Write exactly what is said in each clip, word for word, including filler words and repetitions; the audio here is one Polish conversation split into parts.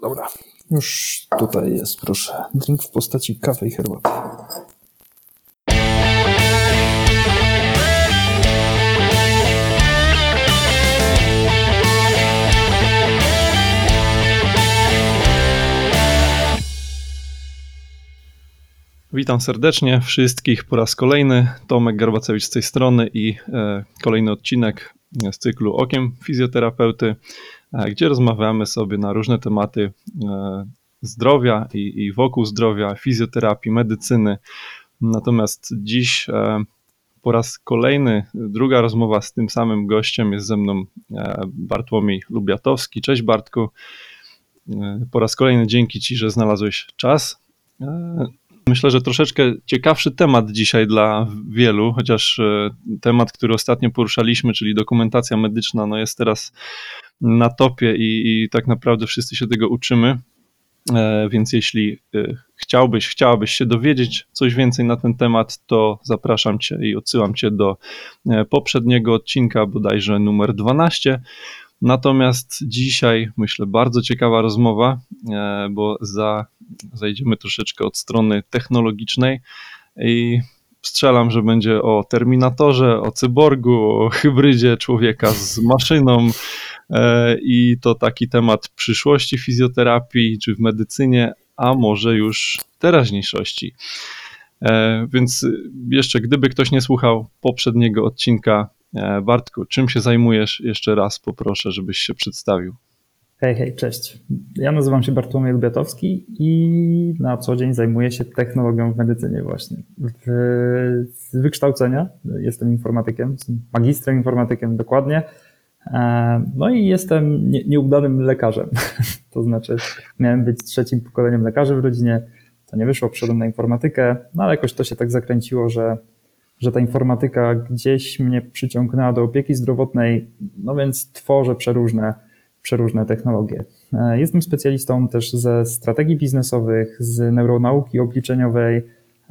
Dobra, już tutaj jest, proszę. Drink w postaci kawy i herbaty. Witam serdecznie wszystkich po raz kolejny. Tomek Garbacewicz z tej strony i e, kolejny odcinek z cyklu Okiem Fizjoterapeuty, e, gdzie rozmawiamy sobie na różne tematy e, zdrowia i, i wokół zdrowia, fizjoterapii, medycyny. Natomiast dziś e, po raz kolejny druga rozmowa z tym samym gościem. Jest ze mną e, Bartłomiej Lubiatowski. Cześć Bartku. E, po raz kolejny dzięki Ci, że znalazłeś czas. E, Myślę, że troszeczkę ciekawszy temat dzisiaj dla wielu, chociaż temat, który ostatnio poruszaliśmy, czyli dokumentacja medyczna, no jest teraz na topie i, i tak naprawdę wszyscy się tego uczymy, więc jeśli chciałbyś, chciałabyś się dowiedzieć coś więcej na ten temat, to zapraszam Cię i odsyłam Cię do poprzedniego odcinka, bodajże numer dwanaście. Natomiast dzisiaj, myślę, bardzo ciekawa rozmowa, bo za, zajdziemy troszeczkę od strony technologicznej i strzelam, że będzie o Terminatorze, o cyborgu, o hybrydzie człowieka z maszyną i to taki temat przyszłości fizjoterapii czy w medycynie, a może już teraźniejszości. Więc jeszcze gdyby ktoś nie słuchał poprzedniego odcinka, Bartku, czym się zajmujesz? Jeszcze raz poproszę, żebyś się przedstawił. Hej, hej, cześć. Ja nazywam się Bartłomiej Lubiatowski i na co dzień zajmuję się technologią w medycynie właśnie. Z wykształcenia jestem informatykiem, jestem magistrem informatykiem dokładnie, no i jestem nie, nieudanym lekarzem. To znaczy miałem być trzecim pokoleniem lekarzy w rodzinie, to nie wyszło, przyszedłem na informatykę, no ale jakoś to się tak zakręciło, że że ta informatyka gdzieś mnie przyciągnęła do opieki zdrowotnej, no więc tworzę przeróżne, przeróżne technologie. Jestem specjalistą też ze strategii biznesowych, z neuronauki obliczeniowej,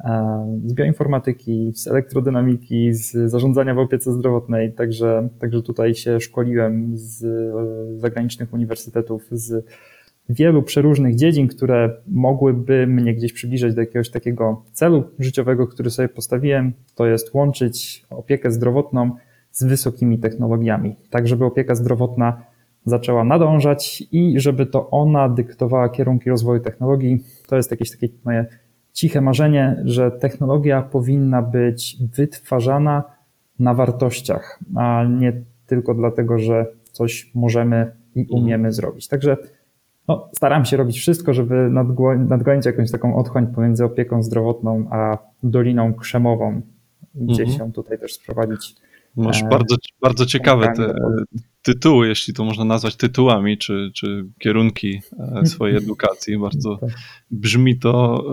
z bioinformatyki, z elektrodynamiki, z zarządzania w opiece zdrowotnej, także, także tutaj się szkoliłem z zagranicznych uniwersytetów, z wielu przeróżnych dziedzin, które mogłyby mnie gdzieś przybliżyć do jakiegoś takiego celu życiowego, który sobie postawiłem, to jest łączyć opiekę zdrowotną z wysokimi technologiami, tak żeby opieka zdrowotna zaczęła nadążać i żeby to ona dyktowała kierunki rozwoju technologii. To jest jakieś takie moje ciche marzenie, że technologia powinna być wytwarzana na wartościach, a nie tylko dlatego, że coś możemy i umiemy zrobić. Także No, staram się robić wszystko, żeby nadgonić jakąś taką otchłań pomiędzy opieką zdrowotną a Doliną Krzemową. Gdzieś Mhm. się tutaj też sprowadzić. Masz bardzo, bardzo ciekawe te tytuły, jeśli to można nazwać tytułami, czy, czy kierunki swojej edukacji. Bardzo brzmi to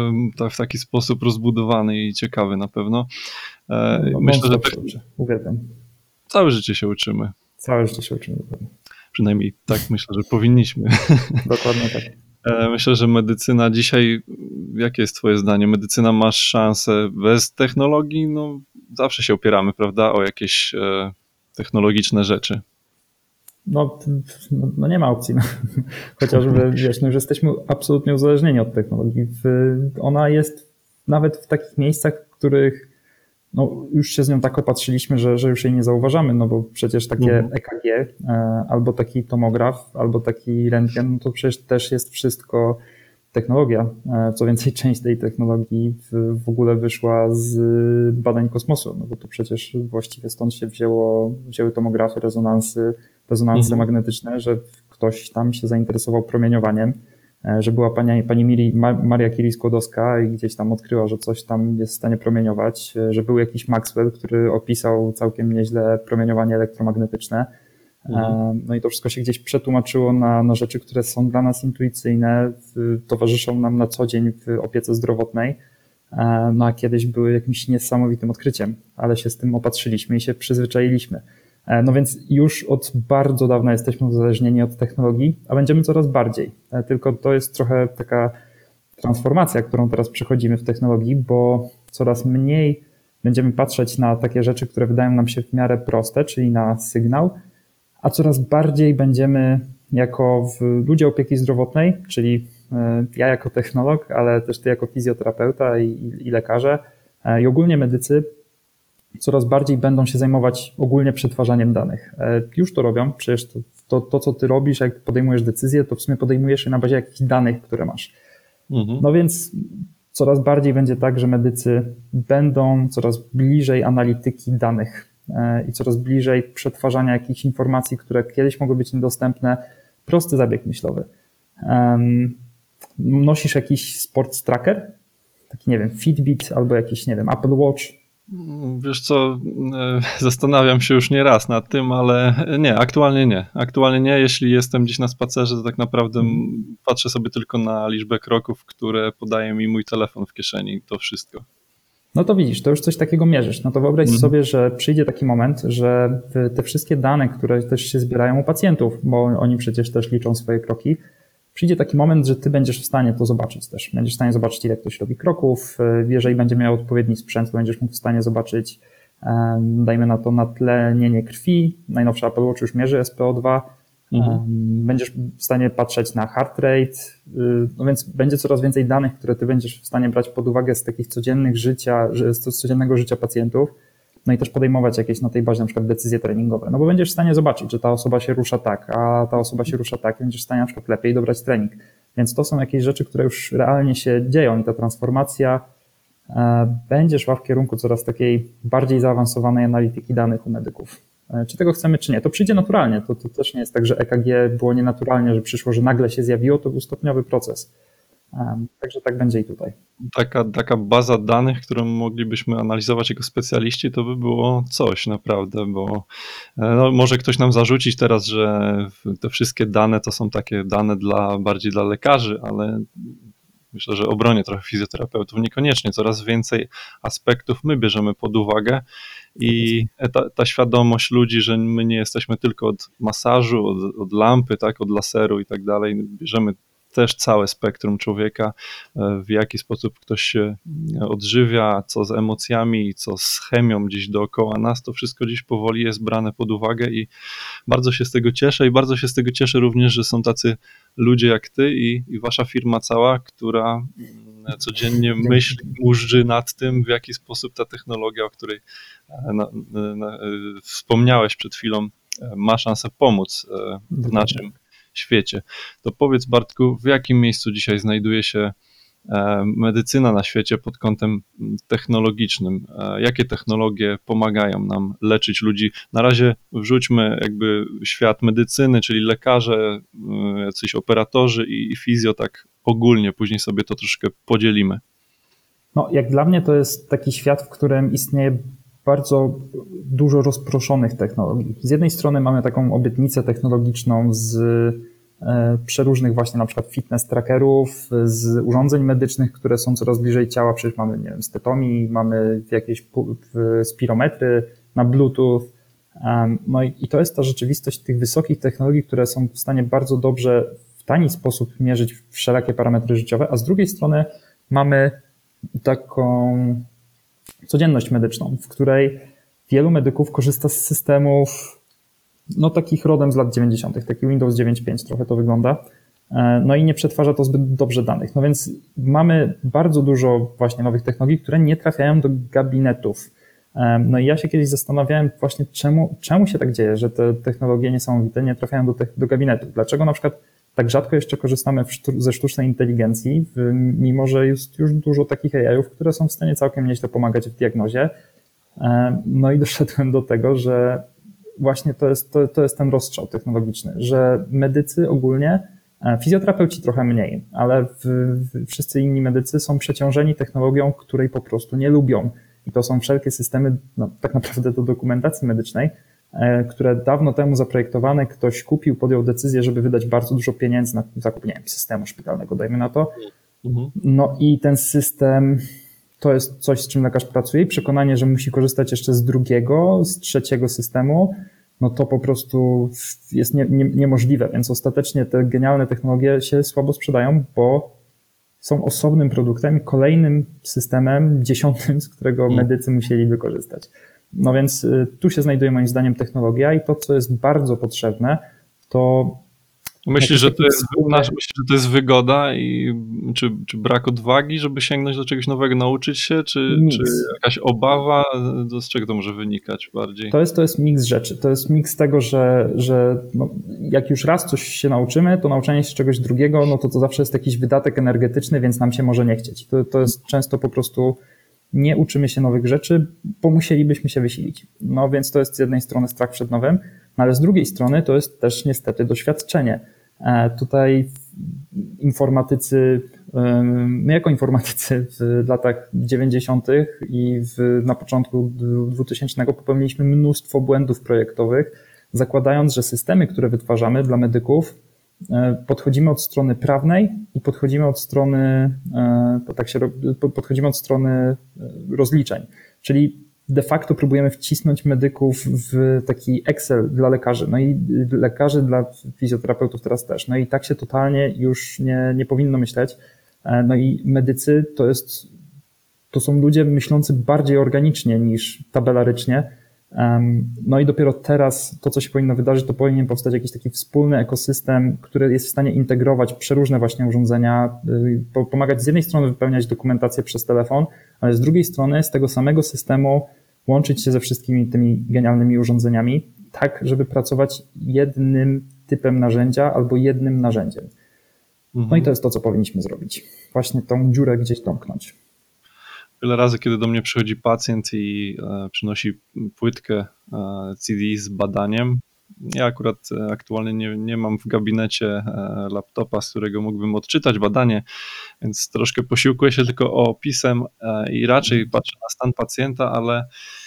w taki sposób rozbudowany i ciekawy na pewno. No, Myślę, że tak, uwielbiam. Całe życie się uczymy. Całe życie się uczymy. Przynajmniej tak myślę, że powinniśmy. Dokładnie tak. Myślę, że medycyna dzisiaj, jakie jest twoje zdanie? Medycyna ma szansę bez technologii? No zawsze się opieramy, prawda, o jakieś e, technologiczne rzeczy. No, no, no nie ma opcji. No. Chociażby, wiesz, no już jesteśmy absolutnie uzależnieni od technologii. Ona jest nawet w takich miejscach, w których no, już się z nią tak opatrzyliśmy, że, że już jej nie zauważamy, no bo przecież takie mhm. E K G, albo taki tomograf, albo taki rentgen, no to przecież też jest wszystko technologia. Co więcej, część tej technologii w, w ogóle wyszła z badań kosmosu, no bo to przecież właściwie stąd się wzięło, wzięły tomografy, rezonansy, rezonansy mhm. magnetyczne, że ktoś tam się zainteresował promieniowaniem, że była pani, pani Miri, Maria Curie-Skłodowska i gdzieś tam odkryła, że coś tam jest w stanie promieniować, że był jakiś Maxwell, który opisał całkiem nieźle promieniowanie elektromagnetyczne. Mhm. No i to wszystko się gdzieś przetłumaczyło na, na rzeczy, które są dla nas intuicyjne, towarzyszą nam na co dzień w opiece zdrowotnej, no a kiedyś były jakimś niesamowitym odkryciem, ale się z tym opatrzyliśmy i się przyzwyczailiśmy. No więc już od bardzo dawna jesteśmy uzależnieni od technologii, a będziemy coraz bardziej. Tylko to jest trochę taka transformacja, którą teraz przechodzimy w technologii, bo coraz mniej będziemy patrzeć na takie rzeczy, które wydają nam się w miarę proste, czyli na sygnał, a coraz bardziej będziemy jako ludzie opieki zdrowotnej, czyli ja jako technolog, ale też ty jako fizjoterapeuta i, i lekarze i ogólnie medycy coraz bardziej będą się zajmować ogólnie przetwarzaniem danych. Już to robią, przecież to, to, to co ty robisz, jak podejmujesz decyzję, to w sumie podejmujesz je na bazie jakichś danych, które masz. Mhm. No więc coraz bardziej będzie tak, że medycy będą coraz bliżej analityki danych i coraz bliżej przetwarzania jakichś informacji, które kiedyś mogły być niedostępne. Prosty zabieg myślowy. Um, nosisz jakiś sports tracker? Taki, nie wiem, Fitbit albo jakiś, nie wiem, Apple Watch? Wiesz co, zastanawiam się już nie raz nad tym, ale nie, aktualnie nie. Aktualnie nie, jeśli jestem gdzieś na spacerze, to tak naprawdę hmm. patrzę sobie tylko na liczbę kroków, które podaje mi mój telefon w kieszeni, to wszystko. No to widzisz, to już coś takiego mierzysz. No to wyobraź hmm. sobie, że przyjdzie taki moment, że te wszystkie dane, które też się zbierają u pacjentów, bo oni przecież też liczą swoje kroki, przyjdzie taki moment, że ty będziesz w stanie to zobaczyć też. Będziesz w stanie zobaczyć, ile ktoś robi kroków. Jeżeli będzie miał odpowiedni sprzęt, to będziesz mógł w stanie zobaczyć, dajmy na to, natlenienie krwi. Najnowszy Apple Watch już mierzy S P O dwa. Mhm. Będziesz w stanie patrzeć na heart rate. No więc będzie coraz więcej danych, które ty będziesz w stanie brać pod uwagę z takich codziennych życia, z codziennego życia pacjentów. No i też podejmować jakieś na tej bazie na przykład decyzje treningowe. No bo będziesz w stanie zobaczyć, że ta osoba się rusza tak, a ta osoba się rusza tak i będziesz w stanie na przykład lepiej dobrać trening. Więc to są jakieś rzeczy, które już realnie się dzieją i ta transformacja e, będzie szła w kierunku coraz takiej bardziej zaawansowanej analityki danych u medyków. E, czy tego chcemy, czy nie? To przyjdzie naturalnie. To, to też nie jest tak, że E K G było nienaturalnie, że przyszło, że nagle się zjawiło. To był stopniowy proces. Także tak będzie i tutaj. Taka, taka baza danych, którą moglibyśmy analizować jako specjaliści, to by było coś naprawdę, bo no, może ktoś nam zarzucić teraz, że te wszystkie dane to są takie dane dla, bardziej dla lekarzy, ale myślę, że obronię trochę fizjoterapeutów, niekoniecznie. Coraz więcej aspektów my bierzemy pod uwagę i ta, ta świadomość ludzi, że my nie jesteśmy tylko od masażu, od, od lampy, tak, od laseru i tak dalej, bierzemy też całe spektrum człowieka, w jaki sposób ktoś się odżywia, co z emocjami, co z chemią gdzieś dookoła nas, to wszystko gdzieś powoli jest brane pod uwagę i bardzo się z tego cieszę i bardzo się z tego cieszę również, że są tacy ludzie jak ty i, i wasza firma cała, która codziennie myśli, mużdży nad tym, w jaki sposób ta technologia, o której na, na, wspomniałeś przed chwilą, ma szansę pomóc w naszym świecie. To powiedz, Bartku, w jakim miejscu dzisiaj znajduje się medycyna na świecie pod kątem technologicznym? Jakie technologie pomagają nam leczyć ludzi? Na razie wrzućmy jakby świat medycyny, czyli lekarze, jacyś operatorzy i fizjo, tak ogólnie, później sobie to troszkę podzielimy. No, jak dla mnie to jest taki świat, w którym istnieje bardzo dużo rozproszonych technologii. Z jednej strony mamy taką obietnicę technologiczną z przeróżnych właśnie na przykład fitness trackerów, z urządzeń medycznych, które są coraz bliżej ciała, przecież mamy, nie wiem, stetomi, mamy jakieś spirometry na Bluetooth. No i to jest ta rzeczywistość tych wysokich technologii, które są w stanie bardzo dobrze w tani sposób mierzyć wszelakie parametry życiowe, a z drugiej strony mamy taką codzienność medyczną, w której wielu medyków korzysta z systemów no takich rodem z lat dziewięćdziesiątych, taki Windows dziewięć pięć trochę to wygląda, no i nie przetwarza to zbyt dobrze danych. No więc mamy bardzo dużo właśnie nowych technologii, które nie trafiają do gabinetów. No i ja się kiedyś zastanawiałem właśnie czemu, czemu się tak dzieje, że te technologie niesamowite nie trafiają do, te, do gabinetów. Dlaczego na przykład tak rzadko jeszcze korzystamy w sztu, ze sztucznej inteligencji, w, mimo że jest już dużo takich A I-ów, które są w stanie całkiem nieźle pomagać w diagnozie. No i doszedłem do tego, że właśnie to jest, to, to jest ten rozstrzał technologiczny, że medycy ogólnie, fizjoterapeuci trochę mniej, ale w, w, wszyscy inni medycy są przeciążeni technologią, której po prostu nie lubią. I to są wszelkie systemy, no, tak naprawdę do dokumentacji medycznej, które dawno temu zaprojektowane, ktoś kupił, podjął decyzję, żeby wydać bardzo dużo pieniędzy na zakup, nie wiem, systemu szpitalnego, dajmy na to. No i ten system to jest coś, z czym lekarz pracuje i przekonanie, że musi korzystać jeszcze z drugiego, z trzeciego systemu, no to po prostu jest nie, nie, niemożliwe, więc ostatecznie te genialne technologie się słabo sprzedają, bo są osobnym produktem, kolejnym systemem, dziesiątym, z którego medycy musieliby korzystać. No więc tu się znajduje moim zdaniem technologia i to, co jest bardzo potrzebne, to Myślisz, Jakiś że to taki jest, wspólny... myślisz, że to jest wygoda i czy, czy brak odwagi, żeby sięgnąć do czegoś nowego, nauczyć się, czy, czy Miks. jakaś obawa? To z czego to może wynikać bardziej? To jest, to jest miks rzeczy. To jest miks tego, że, że no, jak już raz coś się nauczymy, to nauczenie się czegoś drugiego, no to to zawsze jest jakiś wydatek energetyczny, więc nam się może nie chcieć. To, to jest często po prostu nie uczymy się nowych rzeczy, bo musielibyśmy się wysilić. No więc to jest z jednej strony strach przed nowym, no ale z drugiej strony to jest też niestety doświadczenie. E, tutaj informatycy, my jako informatycy w latach dziewięćdziesiątych i w, na początku dwutysięcznego popełniliśmy mnóstwo błędów projektowych, zakładając, że systemy, które wytwarzamy dla medyków, podchodzimy od strony prawnej i podchodzimy od strony, tak się, podchodzimy od strony rozliczeń. Czyli de facto próbujemy wcisnąć medyków w taki Excel dla lekarzy, no i lekarzy dla fizjoterapeutów teraz też. No i tak się totalnie już nie, nie powinno myśleć. No i medycy to jest, to są ludzie myślący bardziej organicznie niż tabelarycznie. No i dopiero teraz to, co się powinno wydarzyć, to powinien powstać jakiś taki wspólny ekosystem, który jest w stanie integrować przeróżne właśnie urządzenia, pomagać z jednej strony wypełniać dokumentację przez telefon, ale z drugiej strony z tego samego systemu łączyć się ze wszystkimi tymi genialnymi urządzeniami, tak żeby pracować jednym typem narzędzia albo jednym narzędziem. No i to jest to, co powinniśmy zrobić. Właśnie tą dziurę gdzieś domknąć. Wiele razy, kiedy do mnie przychodzi pacjent i e, przynosi płytkę e, C D z badaniem, ja akurat e, aktualnie nie, nie mam w gabinecie e, laptopa, z którego mógłbym odczytać badanie, więc troszkę posiłkuję się tylko opisem e, i raczej patrzę na stan pacjenta, ale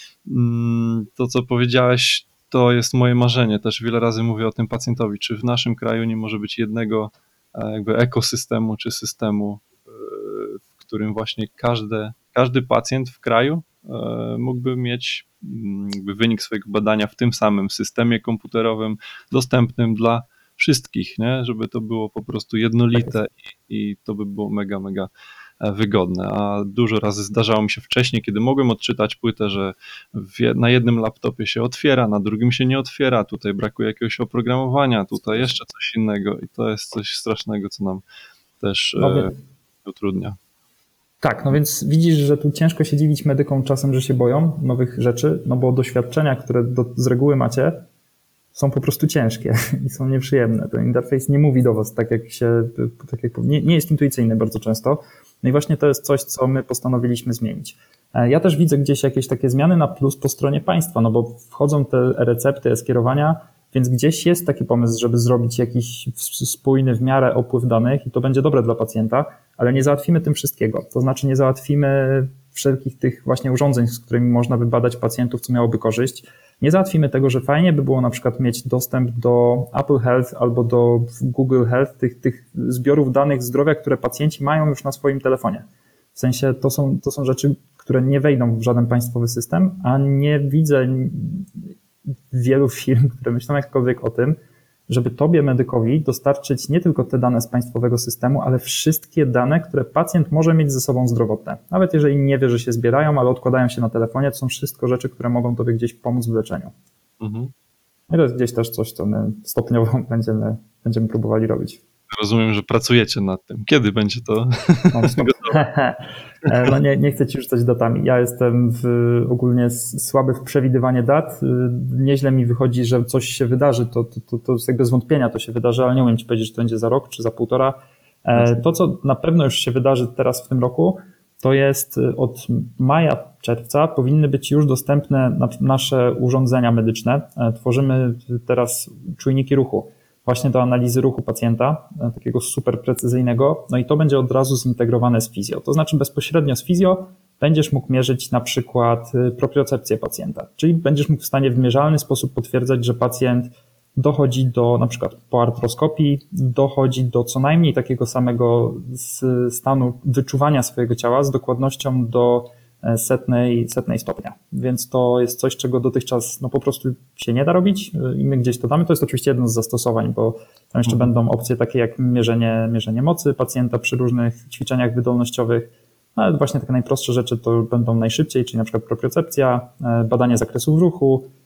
mm, to, co powiedziałeś, to jest moje marzenie. Też wiele razy mówię o tym pacjentowi, czy w naszym kraju nie może być jednego e, jakby ekosystemu czy systemu, e, w którym właśnie każde Każdy pacjent w kraju mógłby mieć jakby wynik swojego badania w tym samym systemie komputerowym, dostępnym dla wszystkich, nie? Żeby to było po prostu jednolite i, i to by było mega, mega wygodne. A dużo razy zdarzało mi się wcześniej, kiedy mogłem odczytać płytę, że w, na jednym laptopie się otwiera, na drugim się nie otwiera, tutaj brakuje jakiegoś oprogramowania, tutaj jeszcze coś innego i to jest coś strasznego, co nam też e, utrudnia. Tak, no więc widzisz, że tu ciężko się dziwić medykom czasem, że się boją nowych rzeczy, no bo doświadczenia, które do, z reguły macie, są po prostu ciężkie i są nieprzyjemne. Ten interfejs nie mówi do was tak, jak się, tak jak nie, nie jest intuicyjny bardzo często. No i właśnie to jest coś, co my postanowiliśmy zmienić. Ja też widzę gdzieś jakieś takie zmiany na plus po stronie państwa, no bo wchodzą te recepty, e-skierowania, więc gdzieś jest taki pomysł, żeby zrobić jakiś spójny w miarę opływ danych i to będzie dobre dla pacjenta, ale nie załatwimy tym wszystkiego. To znaczy nie załatwimy wszelkich tych właśnie urządzeń, z którymi można wybadać pacjentów, co miałoby korzyść. Nie załatwimy tego, że fajnie by było na przykład mieć dostęp do Apple Health albo do Google Health, tych, tych zbiorów danych zdrowia, które pacjenci mają już na swoim telefonie. W sensie to są, to są rzeczy, które nie wejdą w żaden państwowy system, a nie widzę wielu firm, które myślą jakkolwiek o tym, żeby tobie, medykowi, dostarczyć nie tylko te dane z państwowego systemu, ale wszystkie dane, które pacjent może mieć ze sobą zdrowotne. Nawet jeżeli nie wie, że się zbierają, ale odkładają się na telefonie, to są wszystko rzeczy, które mogą tobie gdzieś pomóc w leczeniu. Mhm. I to jest gdzieś też coś, co my stopniowo będziemy, będziemy próbowali robić. Rozumiem, że pracujecie nad tym. Kiedy będzie to gotowe? No nie, nie chcę ci rzucać datami. Ja jestem w, ogólnie słaby w przewidywanie dat. Nieźle mi wychodzi, że coś się wydarzy. To, to, to, to jest bez wątpienia to się wydarzy, ale nie umiem ci powiedzieć, czy to będzie za rok, czy za półtora. To, co na pewno już się wydarzy teraz w tym roku, to jest od maja, czerwca powinny być już dostępne nasze urządzenia medyczne. Tworzymy teraz czujniki ruchu właśnie do analizy ruchu pacjenta, takiego super precyzyjnego, no i to będzie od razu zintegrowane z fizjo. To znaczy bezpośrednio z fizjo będziesz mógł mierzyć na przykład propriocepcję pacjenta, czyli będziesz mógł w stanie w mierzalny sposób potwierdzać, że pacjent dochodzi do, na przykład po artroskopii, dochodzi do co najmniej takiego samego stanu wyczuwania swojego ciała z dokładnością do setnej, setnej stopnia. Więc to jest coś, czego dotychczas no po prostu się nie da robić i my gdzieś to damy. To jest oczywiście jedno z zastosowań, bo tam jeszcze mhm. będą opcje takie jak mierzenie, mierzenie mocy pacjenta przy różnych ćwiczeniach wydolnościowych, ale właśnie takie najprostsze rzeczy to będą najszybciej, czyli na przykład propriocepcja, badanie zakresów ruchu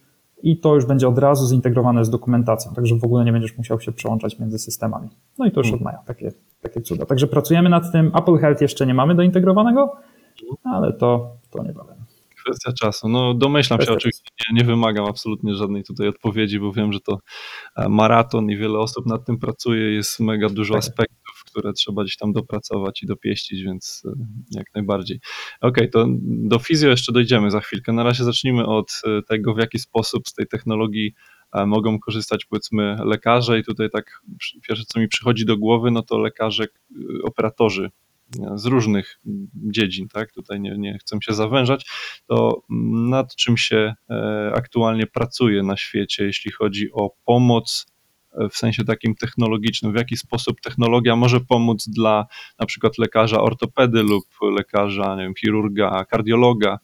i to już będzie od razu zintegrowane z dokumentacją, także w ogóle nie będziesz musiał się przełączać między systemami. No i to już od maja, takie, takie cuda. Także pracujemy nad tym. Apple Health jeszcze nie mamy dointegrowanego, ale to, to niebawem. Kwestia czasu. No domyślam Kwestia się, oczywiście nie, nie wymagam absolutnie żadnej tutaj odpowiedzi, bo wiem, że to maraton i wiele osób nad tym pracuje, jest mega dużo Tak. aspektów, które trzeba gdzieś tam dopracować i dopieścić, więc jak najbardziej. Okej, okay, to do fizjo jeszcze dojdziemy za chwilkę. Na razie zacznijmy od tego, w jaki sposób z tej technologii mogą korzystać, powiedzmy, lekarze i tutaj tak pierwsze, co mi przychodzi do głowy, no to lekarze, operatorzy z różnych dziedzin, tak? Tutaj nie, nie chcę się zawężać, to nad czym się aktualnie pracuje na świecie, jeśli chodzi o pomoc w sensie takim technologicznym, w jaki sposób technologia może pomóc dla na przykład lekarza ortopedy lub lekarza, nie wiem, chirurga, kardiologa?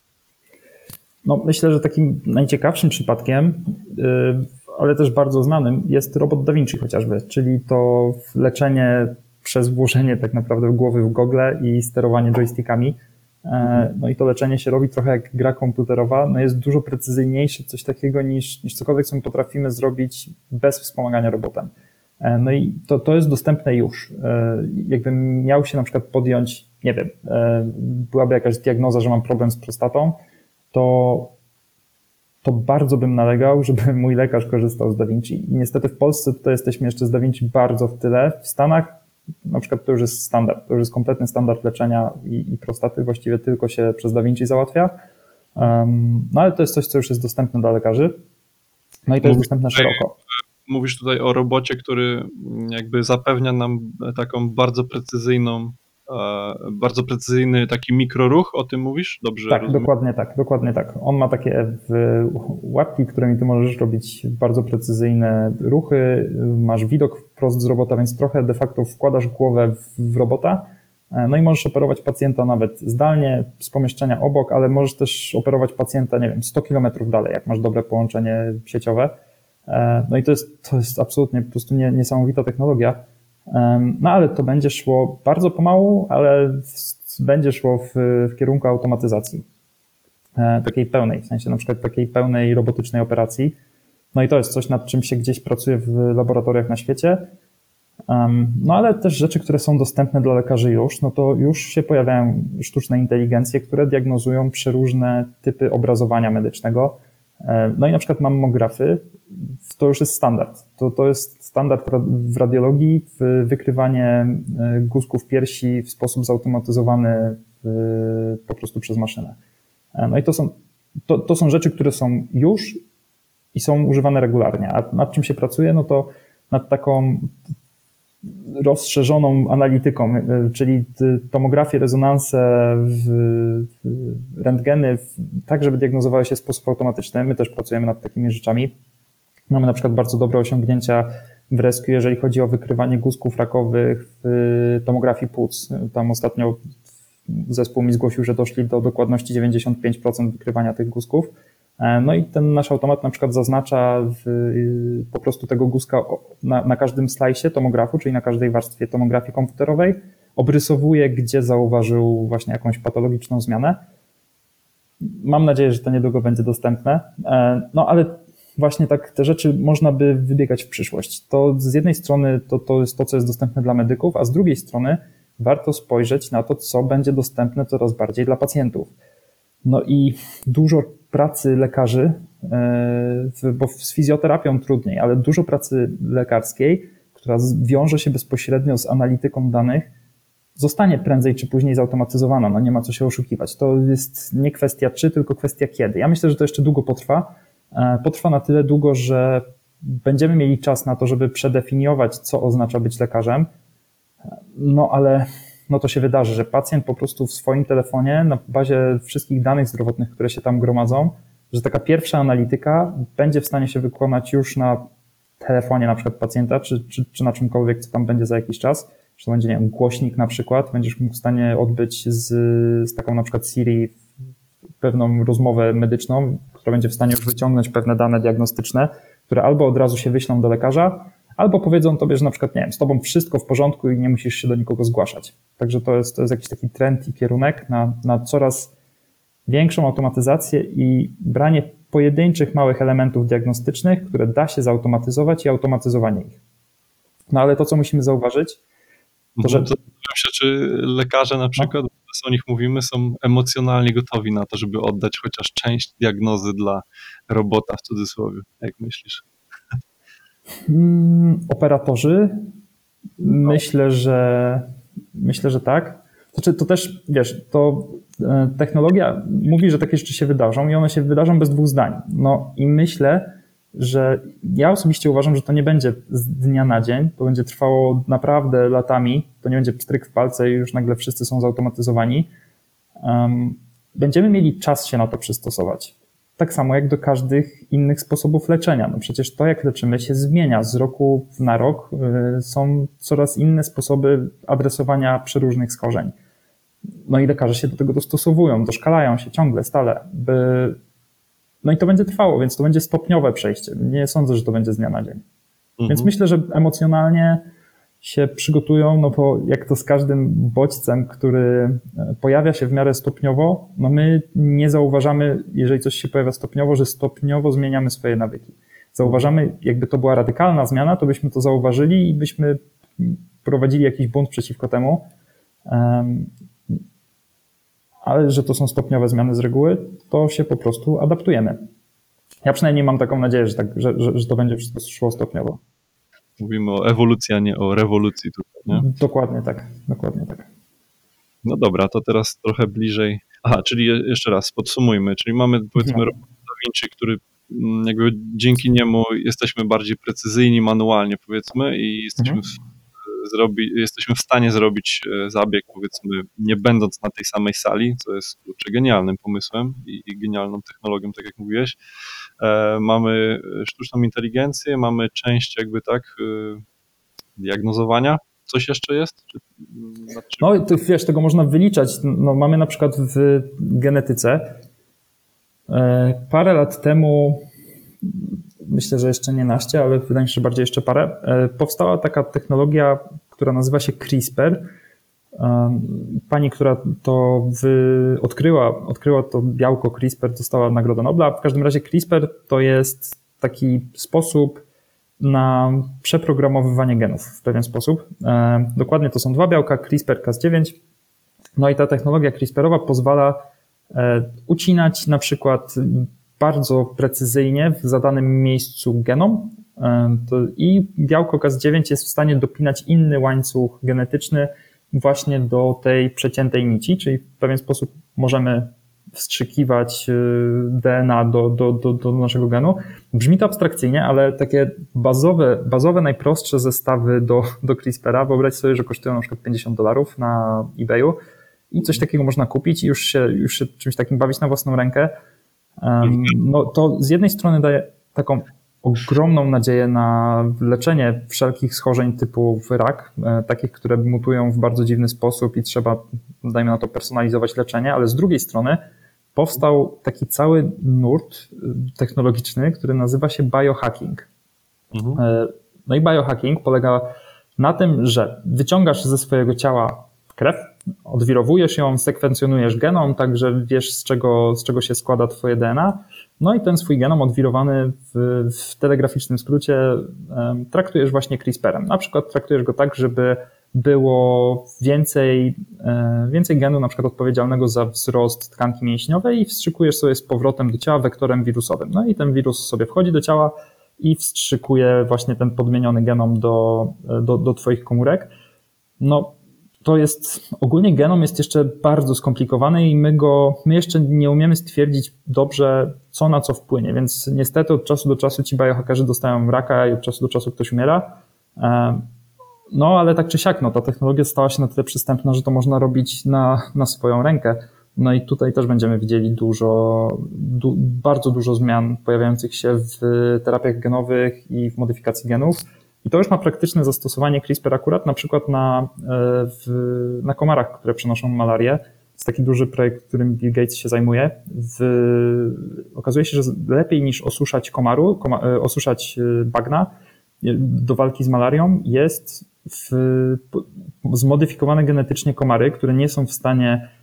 No, myślę, że takim najciekawszym przypadkiem, ale też bardzo znanym, jest robot Da Vinci chociażby, czyli to leczenie przez włożenie tak naprawdę głowy w gogle i sterowanie joystickami. No i to leczenie się robi trochę jak gra komputerowa, no jest dużo precyzyjniejsze, coś takiego niż, niż cokolwiek, co my potrafimy zrobić bez wspomagania robotem. No i to, to jest dostępne już. Jakbym miał się na przykład podjąć, nie wiem, byłaby jakaś diagnoza, że mam problem z prostatą, to, to bardzo bym nalegał, żeby mój lekarz korzystał z Da Vinci. I niestety w Polsce tutaj jesteśmy jeszcze z Da Vinci bardzo w tyle. W Stanach na przykład to już jest standard, to już jest kompletny standard leczenia i, i prostaty, właściwie tylko się przez Da Vinci załatwia. Um, no ale to jest coś, co już jest dostępne dla lekarzy. No i to jest Mówisz dostępne tutaj, szeroko. Mówisz tutaj o robocie, który jakby zapewnia nam taką bardzo precyzyjną, bardzo precyzyjny taki mikroruch, o tym mówisz? Dobrze Tak, rozumiem? dokładnie tak, dokładnie tak. On ma takie łapki, którymi ty możesz robić bardzo precyzyjne ruchy, masz widok wprost z robota, więc trochę de facto wkładasz głowę w robota, no i możesz operować pacjenta nawet zdalnie, z pomieszczenia obok, ale możesz też operować pacjenta, nie wiem, sto kilometrów dalej, jak masz dobre połączenie sieciowe. No i to jest, to jest absolutnie po prostu nie, niesamowita technologia. No ale to będzie szło bardzo pomału, ale będzie szło w, w kierunku automatyzacji. Takiej pełnej, w sensie na przykład takiej pełnej robotycznej operacji. No i to jest coś, nad czym się gdzieś pracuje w laboratoriach na świecie. No ale też rzeczy, które są dostępne dla lekarzy już, no to już się pojawiają sztuczne inteligencje, które diagnozują przeróżne typy obrazowania medycznego. No i na przykład mammografy, to już jest standard. To, to jest standard w radiologii, w wykrywanie guzków piersi w sposób zautomatyzowany w, po prostu przez maszynę. No i to są, to, to są rzeczy, które są już i są używane regularnie. A nad czym się pracuje? No to nad taką rozszerzoną analityką, czyli tomografię, rezonanse, rentgeny, tak żeby diagnozowały się w sposób automatyczny. My też pracujemy nad takimi rzeczami. Mamy na przykład bardzo dobre osiągnięcia w Rescue, jeżeli chodzi o wykrywanie guzków rakowych w tomografii płuc. Tam ostatnio zespół mi zgłosił, że doszli do dokładności dziewięćdziesiąt pięć procent wykrywania tych guzków. No i ten nasz automat na przykład zaznacza w, po prostu tego guzka na, na każdym slajsie tomografu, czyli na każdej warstwie tomografii komputerowej, obrysowuje, gdzie zauważył właśnie jakąś patologiczną zmianę. Mam nadzieję, że to niedługo będzie dostępne. No ale właśnie tak te rzeczy można by wybiegać w przyszłość. To z jednej strony to, to jest to, co jest dostępne dla medyków, a z drugiej strony warto spojrzeć na to, co będzie dostępne coraz bardziej dla pacjentów. No i dużo pracy lekarzy, bo z fizjoterapią trudniej, ale dużo pracy lekarskiej, która wiąże się bezpośrednio z analityką danych, zostanie prędzej czy później zautomatyzowana. No nie ma co się oszukiwać. To jest nie kwestia czy, tylko kwestia kiedy. Ja myślę, że to jeszcze długo potrwa. Potrwa na tyle długo, że będziemy mieli czas na to, żeby przedefiniować, co oznacza być lekarzem. No ale no to się wydarzy, że pacjent po prostu w swoim telefonie na bazie wszystkich danych zdrowotnych, które się tam gromadzą, że taka pierwsza analityka będzie w stanie się wykonać już na telefonie na przykład pacjenta, czy, czy, czy na czymkolwiek, co tam będzie za jakiś czas, że to będzie, nie wiem, głośnik na przykład, będziesz mógł w stanie odbyć z, z taką na przykład Siri pewną rozmowę medyczną, która będzie w stanie już wyciągnąć pewne dane diagnostyczne, które albo od razu się wyślą do lekarza, albo powiedzą tobie, że na przykład, nie wiem, z tobą wszystko w porządku i nie musisz się do nikogo zgłaszać. Także to jest, to jest jakiś taki trend i kierunek na, na coraz większą automatyzację i branie pojedynczych małych elementów diagnostycznych, które da się zautomatyzować i automatyzowanie ich. No ale to, co musimy zauważyć, to że... Zastanawiam się, czy lekarze na przykład, no. o nich mówimy, są emocjonalnie gotowi na to, żeby oddać chociaż część diagnozy dla robota w cudzysłowie. Jak myślisz? Hmm, operatorzy? No. Myślę, że myślę, że tak. Znaczy, to też, wiesz, to technologia mówi, że takie rzeczy się wydarzą i one się wydarzą bez dwóch zdań. No i myślę, że ja osobiście uważam, że to nie będzie z dnia na dzień, to będzie trwało naprawdę latami, to nie będzie pstryk w palce i już nagle wszyscy są zautomatyzowani. Um, będziemy mieli czas się na to przystosować. Tak samo jak do każdych innych sposobów leczenia. No przecież to, jak leczymy, się zmienia z roku na rok. Są coraz inne sposoby adresowania przeróżnych schorzeń. No i lekarze się do tego dostosowują, doszkalają się ciągle, stale. By... No i to będzie trwało, więc to będzie stopniowe przejście. Nie sądzę, że to będzie z dnia na dzień. Mhm. Więc myślę, że emocjonalnie się przygotują, no bo jak to z każdym bodźcem, który pojawia się w miarę stopniowo, no my nie zauważamy, jeżeli coś się pojawia stopniowo, że stopniowo zmieniamy swoje nawyki. Zauważamy, jakby to była radykalna zmiana, to byśmy to zauważyli i byśmy prowadzili jakiś bunt przeciwko temu. Ale że to są stopniowe zmiany z reguły, to się po prostu adaptujemy. Ja przynajmniej mam taką nadzieję, że, tak, że, że, że to będzie wszystko szło stopniowo. Mówimy o ewolucji, a nie o rewolucji tutaj, nie? Dokładnie tak, dokładnie tak. No dobra, to teraz trochę bliżej. Aha, czyli jeszcze raz podsumujmy, czyli mamy powiedzmy no. robot Da Vinci, który jakby dzięki niemu jesteśmy bardziej precyzyjni manualnie powiedzmy i jesteśmy mhm. w, zrobi, jesteśmy w stanie zrobić zabieg powiedzmy nie będąc na tej samej sali, co jest kurczę, genialnym pomysłem i, i genialną technologią, tak jak mówiłeś. E, mamy sztuczną inteligencję, mamy część jakby tak y, diagnozowania. Coś jeszcze jest? Czy, no to, wiesz, tego można wyliczać. No, mamy na przykład w genetyce e, parę lat temu, myślę, że jeszcze nie naście, ale wydaje mi się, że bardziej jeszcze parę, e, powstała taka technologia, która nazywa się CRISPR. E, pani, która to wy, odkryła, odkryła to białko CRISPR, dostała Nagrodę Nobla. W każdym razie CRISPR to jest taki sposób na przeprogramowywanie genów w pewien sposób. E, dokładnie to są dwa białka, CRISPR Cas dziewięć. No i ta technologia CRISPR-owa pozwala e, ucinać na przykład bardzo precyzyjnie w zadanym miejscu genom e, to, i białko Cas dziewięć jest w stanie dopinać inny łańcuch genetyczny właśnie do tej przeciętej nici, czyli w pewien sposób możemy wstrzykiwać D N A do, do, do, do naszego genu. Brzmi to abstrakcyjnie, ale takie bazowe, bazowe najprostsze zestawy do, do CRISPR-a, wyobraź sobie, że kosztują na przykład pięćdziesiąt dolarów na eBayu i coś takiego można kupić i już się, już się czymś takim bawić na własną rękę. Um, no to z jednej strony daje taką ogromną nadzieję na leczenie wszelkich schorzeń typu rak, e, takich, które mutują w bardzo dziwny sposób i trzeba, dajmy na to, personalizować leczenie, ale z drugiej strony powstał taki cały nurt technologiczny, który nazywa się biohacking. Mhm. E, no i biohacking polega na tym, że wyciągasz ze swojego ciała krew, odwirowujesz ją, sekwencjonujesz genom, tak że wiesz, z czego, z czego się składa twoje D N A, no i ten swój genom odwirowany w, w telegraficznym skrócie um, traktujesz właśnie CRISPR-em. Na przykład traktujesz go tak, żeby było więcej, e, więcej genu na przykład odpowiedzialnego za wzrost tkanki mięśniowej i wstrzykujesz sobie z powrotem do ciała wektorem wirusowym. No i ten wirus sobie wchodzi do ciała i wstrzykuje właśnie ten podmieniony genom do, do, do twoich komórek. No, to jest, ogólnie genom jest jeszcze bardzo skomplikowany i my go, my jeszcze nie umiemy stwierdzić dobrze, co na co wpłynie, więc niestety od czasu do czasu ci biohackerzy dostają raka i od czasu do czasu ktoś umiera. No, ale tak czy siak, no, ta technologia stała się na tyle przystępna, że to można robić na, na swoją rękę. No i tutaj też będziemy widzieli dużo, du, bardzo dużo zmian pojawiających się w terapiach genowych i w modyfikacji genów. I to już ma praktyczne zastosowanie CRISPR akurat na przykład na, w, na komarach, które przenoszą malarię. To jest taki duży projekt, którym Bill Gates się zajmuje. W, okazuje się, że lepiej niż osuszać komaru, koma, osuszać bagna do walki z malarią jest w, zmodyfikowane genetycznie komary, które nie są w stanie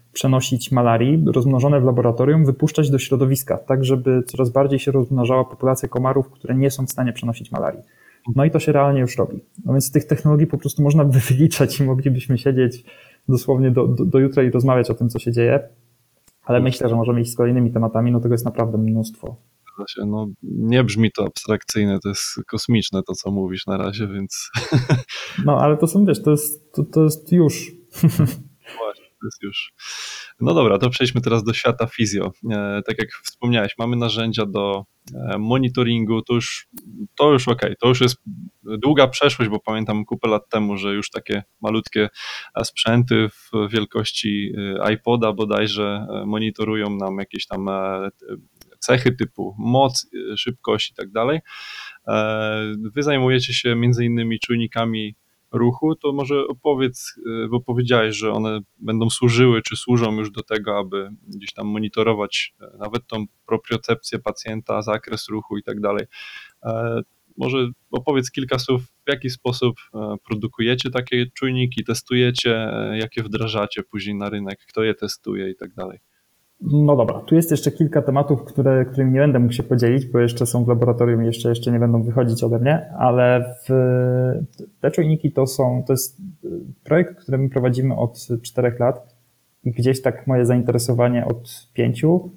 przenosić malarii, rozmnożone w laboratorium, wypuszczać do środowiska, tak żeby coraz bardziej się rozmnażała populacja komarów, które nie są w stanie przenosić malarii. No i to się realnie już robi. No więc tych technologii po prostu można by wyliczać i moglibyśmy siedzieć dosłownie do, do, do jutra i rozmawiać o tym, co się dzieje, ale myślę, że możemy iść z kolejnymi tematami, no tego jest naprawdę mnóstwo. No, nie brzmi to abstrakcyjne, to jest kosmiczne to, co mówisz na razie, więc... No, ale to są, wiesz, to jest, to, to jest już... Właśnie, to jest już... No dobra, to przejdźmy teraz do świata fizjo. E, tak jak wspomniałeś, mamy narzędzia do e, monitoringu, to już, to już okej, okay, to już jest długa przeszłość, bo pamiętam kupę lat temu, że już takie malutkie sprzęty w wielkości iPoda bodajże monitorują nam jakieś tam e, cechy typu moc, szybkość i tak dalej. Wy zajmujecie się między innymi czujnikami ruchu, to może opowiedz, bo powiedziałeś, że one będą służyły, czy służą już do tego, aby gdzieś tam monitorować nawet tą propriocepcję pacjenta, zakres ruchu i tak dalej. Może opowiedz kilka słów, w jaki sposób produkujecie takie czujniki, testujecie, jakie wdrażacie później na rynek, kto je testuje i tak dalej. No dobra, tu jest jeszcze kilka tematów, które, którymi nie będę mógł się podzielić, bo jeszcze są w laboratorium i jeszcze, jeszcze nie będą wychodzić ode mnie, ale w, te czujniki to są, to jest projekt, który my prowadzimy od czterech lat i gdzieś tak moje zainteresowanie od pięciu.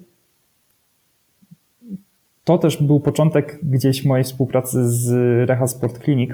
To też był początek gdzieś mojej współpracy z Reha Sport Clinic.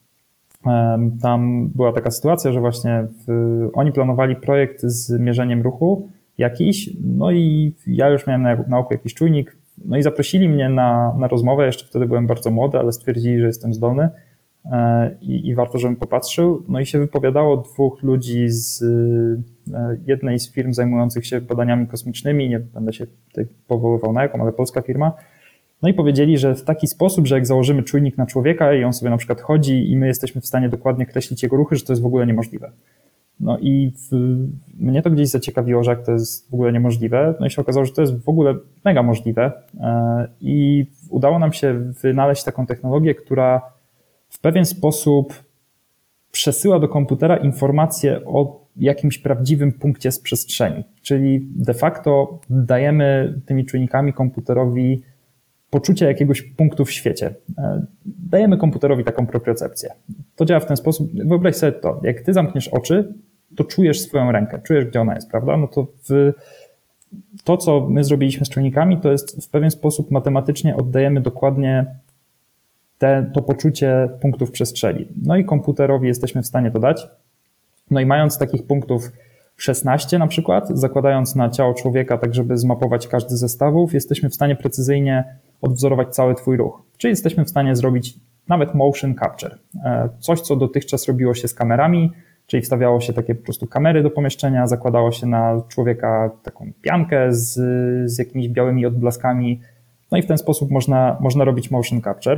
Tam była taka sytuacja, że właśnie w, oni planowali projekt z mierzeniem ruchu jakiś, no i ja już miałem na, na oku jakiś czujnik, no i zaprosili mnie na, na rozmowę, jeszcze wtedy byłem bardzo młody, ale stwierdzili, że jestem zdolny e, i, i warto, żebym popatrzył, no i się wypowiadało dwóch ludzi z e, jednej z firm zajmujących się badaniami kosmicznymi, nie będę się tutaj powoływał na jaką, ale polska firma, no i powiedzieli, że w taki sposób, że jak założymy czujnik na człowieka i on sobie na przykład chodzi i my jesteśmy w stanie dokładnie kreślić jego ruchy, że to jest w ogóle niemożliwe. No i w, mnie to gdzieś zaciekawiło, że jak to jest w ogóle niemożliwe. No i się okazało, że to jest w ogóle mega możliwe i udało nam się wynaleźć taką technologię, która w pewien sposób przesyła do komputera informacje o jakimś prawdziwym punkcie z przestrzeni. Czyli de facto dajemy tymi czujnikami komputerowi poczucie jakiegoś punktu w świecie. Dajemy komputerowi taką propriocepcję. To działa w ten sposób, wyobraź sobie to, jak ty zamkniesz oczy, to czujesz swoją rękę, czujesz, gdzie ona jest, prawda? No to w, to, co my zrobiliśmy z czujnikami, to jest w pewien sposób matematycznie oddajemy dokładnie te, to poczucie punktów w przestrzeni. No i komputerowi jesteśmy w stanie to dać. No i mając takich punktów szesnaście na przykład, zakładając na ciało człowieka, tak żeby zmapować każdy ze stawów, jesteśmy w stanie precyzyjnie odwzorować cały twój ruch. Czyli jesteśmy w stanie zrobić nawet motion capture. Coś, co dotychczas robiło się z kamerami, czyli wstawiało się takie po prostu kamery do pomieszczenia, zakładało się na człowieka taką piankę z, z jakimiś białymi odblaskami, no i w ten sposób można, można robić motion capture.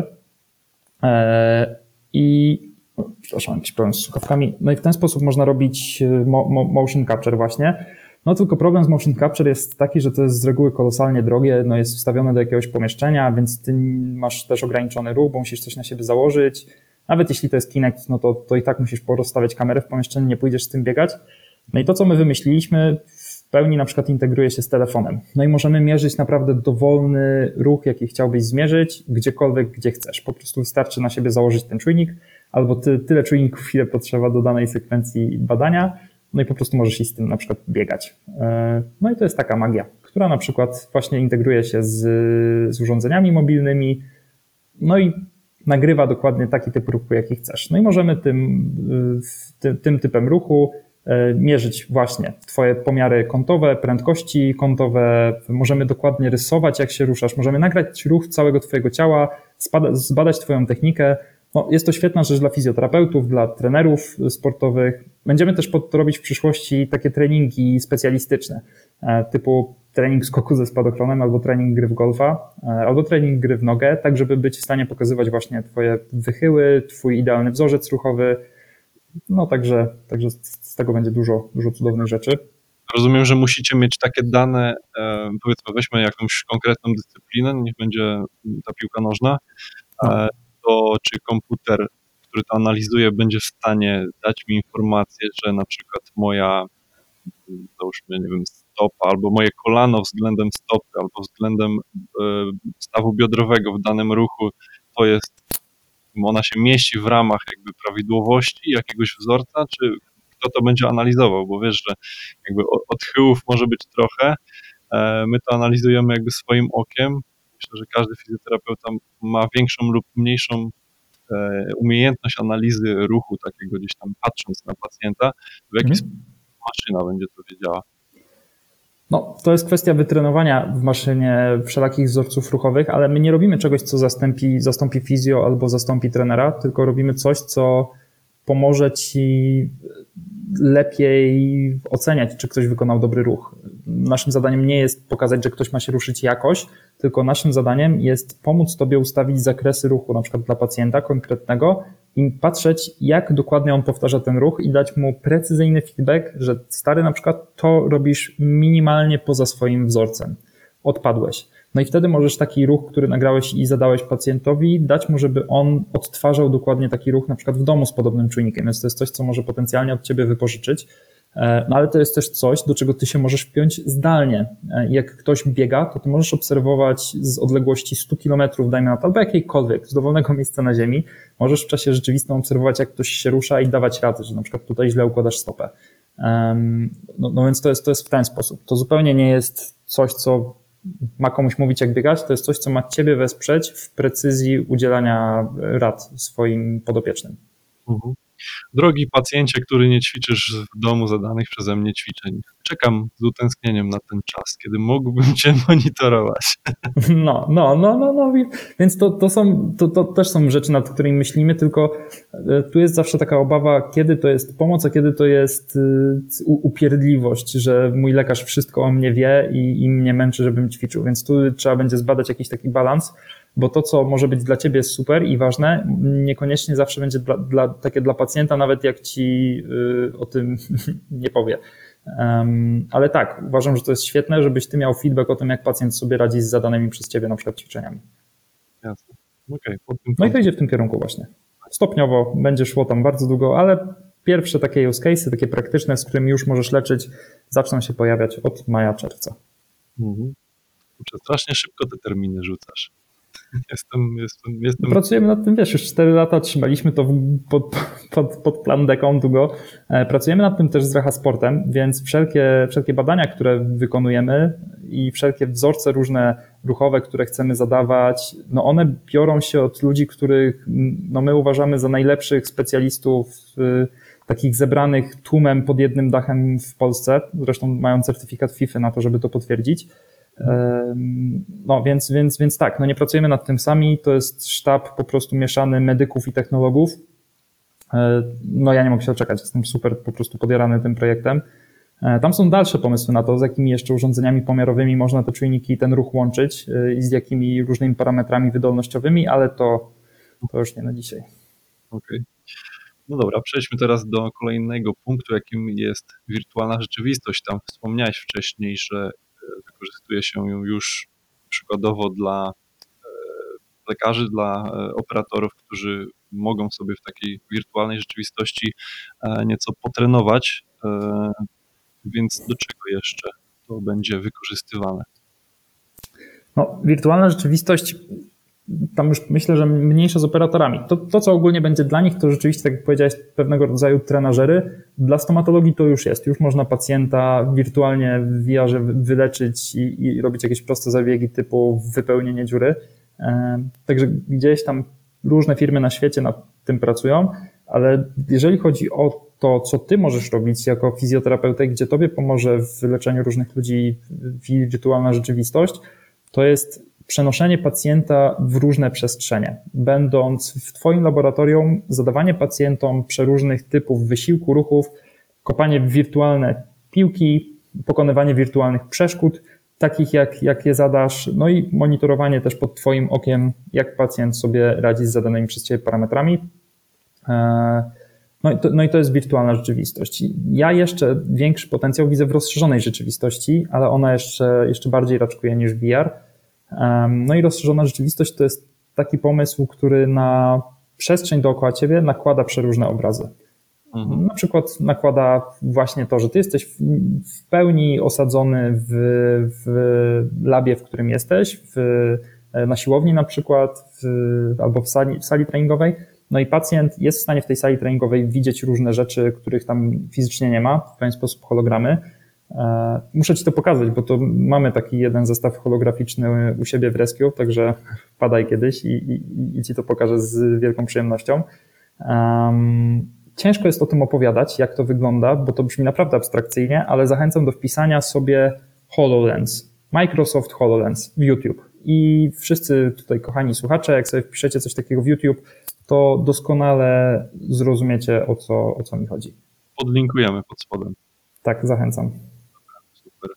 I przepraszam, jakiś problem z słuchawkami. No i w ten sposób można robić mo, mo, motion capture właśnie. No tylko problem z motion capture jest taki, że to jest z reguły kolosalnie drogie, no jest wstawione do jakiegoś pomieszczenia, więc ty masz też ograniczony ruch, bo musisz coś na siebie założyć. Nawet jeśli to jest Kinect, no to, to i tak musisz porozstawiać kamerę w pomieszczeniu, nie pójdziesz z tym biegać. No i to, co my wymyśliliśmy, w pełni na przykład integruje się z telefonem. No i możemy mierzyć naprawdę dowolny ruch, jaki chciałbyś zmierzyć, gdziekolwiek, gdzie chcesz. Po prostu wystarczy na siebie założyć ten czujnik, albo ty, tyle czujników, ile potrzeba do danej sekwencji badania, no i po prostu możesz iść z tym na przykład biegać. No i to jest taka magia, która na przykład właśnie integruje się z, z urządzeniami mobilnymi, no i nagrywa dokładnie taki typ ruchu, jaki chcesz. No i możemy tym, tym, tym typem ruchu mierzyć właśnie twoje pomiary kątowe, prędkości kątowe, możemy dokładnie rysować, jak się ruszasz, możemy nagrać ruch całego twojego ciała, zbadać twoją technikę. No, jest to świetna rzecz dla fizjoterapeutów, dla trenerów sportowych. Będziemy też pod to robić w przyszłości takie treningi specjalistyczne, typu trening skoku ze spadochronem, albo trening gry w golfa, albo trening gry w nogę, tak żeby być w stanie pokazywać właśnie twoje wychyły, twój idealny wzorzec ruchowy. No także, także z tego będzie dużo, dużo cudownych rzeczy. Rozumiem, że musicie mieć takie dane, powiedzmy weźmy jakąś konkretną dyscyplinę, niech będzie ta piłka nożna, no. To czy komputer, który to analizuje, będzie w stanie dać mi informację, że na przykład moja załóżmy, nie wiem, stopa, albo moje kolano względem stopy, albo względem stawu biodrowego w danym ruchu, to jest, ona się mieści w ramach jakby prawidłowości jakiegoś wzorca, czy kto to będzie analizował, bo wiesz, że jakby odchyłów może być trochę, my to analizujemy jakby swoim okiem. Myślę, że każdy fizjoterapeuta ma większą lub mniejszą umiejętność analizy ruchu, takiego gdzieś tam patrząc na pacjenta, w jaki sposób maszyna będzie to wiedziała. No, to jest kwestia wytrenowania w maszynie wszelakich wzorców ruchowych, ale my nie robimy czegoś, co zastąpi, zastąpi fizjo albo zastąpi trenera, tylko robimy coś, co pomoże ci lepiej oceniać, czy ktoś wykonał dobry ruch. Naszym zadaniem nie jest pokazać, że ktoś ma się ruszyć jakoś, tylko naszym zadaniem jest pomóc tobie ustawić zakresy ruchu, na przykład dla pacjenta konkretnego i patrzeć, jak dokładnie on powtarza ten ruch i dać mu precyzyjny feedback, że stary, na przykład to robisz minimalnie poza swoim wzorcem. Odpadłeś. No i wtedy możesz taki ruch, który nagrałeś i zadałeś pacjentowi, dać mu, żeby on odtwarzał dokładnie taki ruch na przykład w domu z podobnym czujnikiem, więc to jest coś, co może potencjalnie od ciebie wypożyczyć. No ale to jest też coś, do czego ty się możesz wpiąć zdalnie. Jak ktoś biega, to ty możesz obserwować z odległości stu kilometrów, dajmy na to, albo jakiejkolwiek, z dowolnego miejsca na ziemi. Możesz w czasie rzeczywistym obserwować, jak ktoś się rusza i dawać radę, że na przykład tutaj źle układasz stopę. No, no więc to jest, to jest w ten sposób. To zupełnie nie jest coś, co ma komuś mówić, jak biegać, to jest coś, co ma ciebie wesprzeć w precyzji udzielania rad swoim podopiecznym. Mhm. Drogi pacjencie, który nie ćwiczysz w domu zadanych przeze mnie ćwiczeń, czekam z utęsknieniem na ten czas, kiedy mógłbym cię monitorować. No, no, no, no, no. Więc to, to są, to, to też są rzeczy, nad którymi myślimy, tylko tu jest zawsze taka obawa, kiedy to jest pomoc, a kiedy to jest upierdliwość, że mój lekarz wszystko o mnie wie i, i mnie męczy, żebym ćwiczył. Więc tu trzeba będzie zbadać jakiś taki balans, bo to, co może być dla ciebie super i ważne, niekoniecznie zawsze będzie dla, dla, takie dla pacjenta, nawet jak ci y, o tym nie powie. Um, ale tak, uważam, że to jest świetne, żebyś ty miał feedback o tym, jak pacjent sobie radzi z zadanymi przez ciebie na przykład ćwiczeniami. Jasne. Okay, no i to idzie w tym kierunku właśnie. Stopniowo będzie szło tam bardzo długo, ale pierwsze takie use case'y, takie praktyczne, z którymi już możesz leczyć, zaczną się pojawiać od maja, czerwca. Mhm. Strasznie szybko te terminy rzucasz. Jestem, jestem, jestem... Pracujemy nad tym, wiesz, już cztery lata trzymaliśmy to pod, pod, pod plan deką długo. Pracujemy nad tym też z Rehasportem, więc wszelkie, wszelkie badania, które wykonujemy i wszelkie wzorce różne ruchowe, które chcemy zadawać, no one biorą się od ludzi, których no my uważamy za najlepszych specjalistów, takich zebranych tłumem pod jednym dachem w Polsce. Zresztą mają certyfikat FIFA na to, żeby to potwierdzić. No więc, więc, więc tak, no nie pracujemy nad tym sami, to jest sztab po prostu mieszany medyków i technologów. No ja nie mogę się doczekać, jestem super po prostu podjarany tym projektem. Tam są dalsze pomysły na to, z jakimi jeszcze urządzeniami pomiarowymi można te czujniki i ten ruch łączyć i z jakimi różnymi parametrami wydolnościowymi, ale to, to już nie na dzisiaj. Okej. Okay. No dobra, przejdźmy teraz do kolejnego punktu, jakim jest wirtualna rzeczywistość. Tam wspomniałeś wcześniej, że wykorzystuje się ją już przykładowo dla lekarzy, dla operatorów, którzy mogą sobie w takiej wirtualnej rzeczywistości nieco potrenować, więc do czego jeszcze to będzie wykorzystywane? No, wirtualna rzeczywistość, tam już myślę, że mniejsza z operatorami. To, to, co ogólnie będzie dla nich, to rzeczywiście, tak jak powiedziałeś, pewnego rodzaju trenażery. Dla stomatologii to już jest. Już można pacjenta wirtualnie w V R-ze wyleczyć i, i robić jakieś proste zabiegi typu wypełnienie dziury. Także gdzieś tam różne firmy na świecie nad tym pracują, ale jeżeli chodzi o to, co ty możesz robić jako fizjoterapeuta, gdzie tobie pomoże w leczeniu różnych ludzi wirtualna rzeczywistość, to jest przenoszenie pacjenta w różne przestrzenie. Będąc w twoim laboratorium, zadawanie pacjentom przeróżnych typów wysiłku, ruchów, kopanie w wirtualne piłki, pokonywanie wirtualnych przeszkód, takich jak, jak je zadasz, no i monitorowanie też pod twoim okiem, jak pacjent sobie radzi z zadanymi przez ciebie parametrami. No i, to, no i to jest wirtualna rzeczywistość. Ja jeszcze większy potencjał widzę w rozszerzonej rzeczywistości, ale ona jeszcze, jeszcze bardziej raczkuje niż V R. No i rozszerzona rzeczywistość to jest taki pomysł, który na przestrzeń dookoła ciebie nakłada przeróżne obrazy. Mhm. Na przykład nakłada właśnie to, że ty jesteś w, w pełni osadzony w, w labie, w którym jesteś, w, na siłowni na przykład, w, albo w sali, w sali treningowej. No i pacjent jest w stanie w tej sali treningowej widzieć różne rzeczy, których tam fizycznie nie ma, w pewien sposób hologramy. Muszę ci to pokazać, bo to mamy taki jeden zestaw holograficzny u siebie w Rescue, także wpadaj kiedyś i, i, i ci to pokażę z wielką przyjemnością. Um, ciężko jest o tym opowiadać, jak to wygląda, bo to brzmi naprawdę abstrakcyjnie, ale zachęcam do wpisania sobie HoloLens, Microsoft HoloLens w YouTube. I wszyscy tutaj kochani słuchacze, jak sobie wpiszecie coś takiego w YouTube, to doskonale zrozumiecie, o co, o co mi chodzi. Podlinkujemy pod spodem. Tak, zachęcam. Super.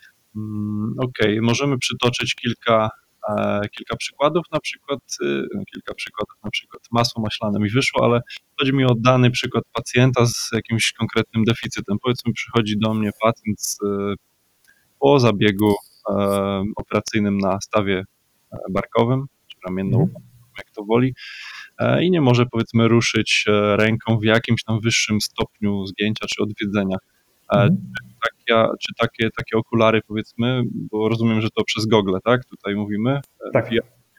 Okej, okay. Możemy przytoczyć kilka, e, kilka przykładów, na przykład e, kilka przykładów, na przykład masło maślane mi wyszło, ale chodzi mi o dany przykład pacjenta z jakimś konkretnym deficytem. Powiedzmy, przychodzi do mnie pacjent z, po zabiegu e, operacyjnym na stawie barkowym, czy ramienną, mm. jak to woli, e, i nie może, powiedzmy, ruszyć ręką w jakimś tam wyższym stopniu zgięcia czy odwiedzenia. Mm. Takie, czy takie, takie okulary, powiedzmy, bo rozumiem, że to przez gogle, tak? Tutaj mówimy. Tak.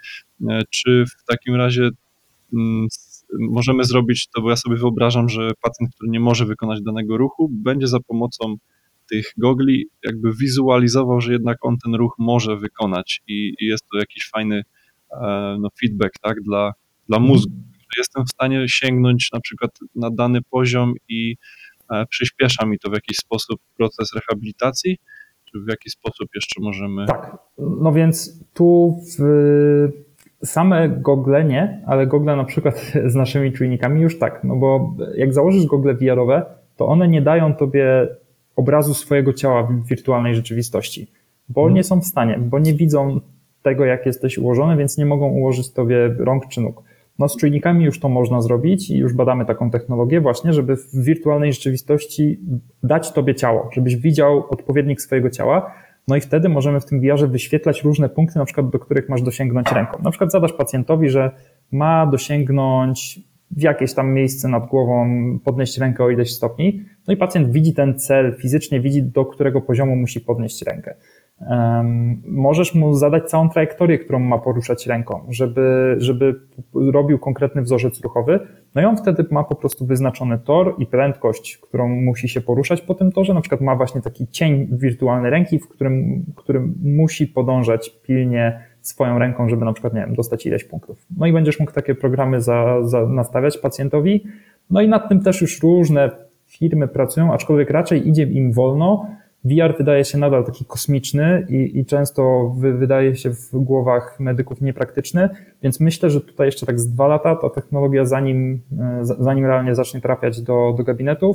Czy w takim razie m, możemy zrobić to, bo ja sobie wyobrażam, że pacjent, który nie może wykonać danego ruchu, będzie za pomocą tych gogli jakby wizualizował, że jednak on ten ruch może wykonać i, i jest to jakiś fajny no, feedback, tak, dla, dla mózgu. Jestem w stanie sięgnąć na przykład na dany poziom i przyspiesza mi to w jakiś sposób proces rehabilitacji, czy w jaki sposób jeszcze możemy... Tak, no więc tu w same gogle nie, ale gogle na przykład z naszymi czujnikami już tak, no bo jak założysz gogle V R-owe, to one nie dają tobie obrazu swojego ciała w wirtualnej rzeczywistości, bo hmm. nie są w stanie, bo nie widzą tego, jak jesteś ułożony, więc nie mogą ułożyć tobie rąk czy nóg. No z czujnikami już to można zrobić i już badamy taką technologię właśnie, żeby w wirtualnej rzeczywistości dać tobie ciało, żebyś widział odpowiednik swojego ciała, no i wtedy możemy w tym V R-ze wyświetlać różne punkty, na przykład do których masz dosięgnąć ręką. Na przykład zadasz pacjentowi, że ma dosięgnąć w jakieś tam miejsce nad głową, podnieść rękę o ileś stopni, no i pacjent widzi ten cel, fizycznie widzi, do którego poziomu musi podnieść rękę. Um, możesz mu zadać całą trajektorię, którą ma poruszać ręką, żeby, żeby robił konkretny wzorzec ruchowy, no i on wtedy ma po prostu wyznaczony tor i prędkość, którą musi się poruszać po tym torze, na przykład ma właśnie taki cień wirtualnej ręki, w którym, którym musi podążać pilnie swoją ręką, żeby na przykład, nie wiem, dostać ileś punktów. No i będziesz mógł takie programy za, za nastawiać pacjentowi, no i nad tym też już różne firmy pracują, aczkolwiek raczej idzie im wolno. V R wydaje się nadal taki kosmiczny i, i często wy, wydaje się w głowach medyków niepraktyczny, więc myślę, że tutaj jeszcze tak z dwa lata ta technologia zanim, zanim realnie zacznie trafiać do, do gabinetów,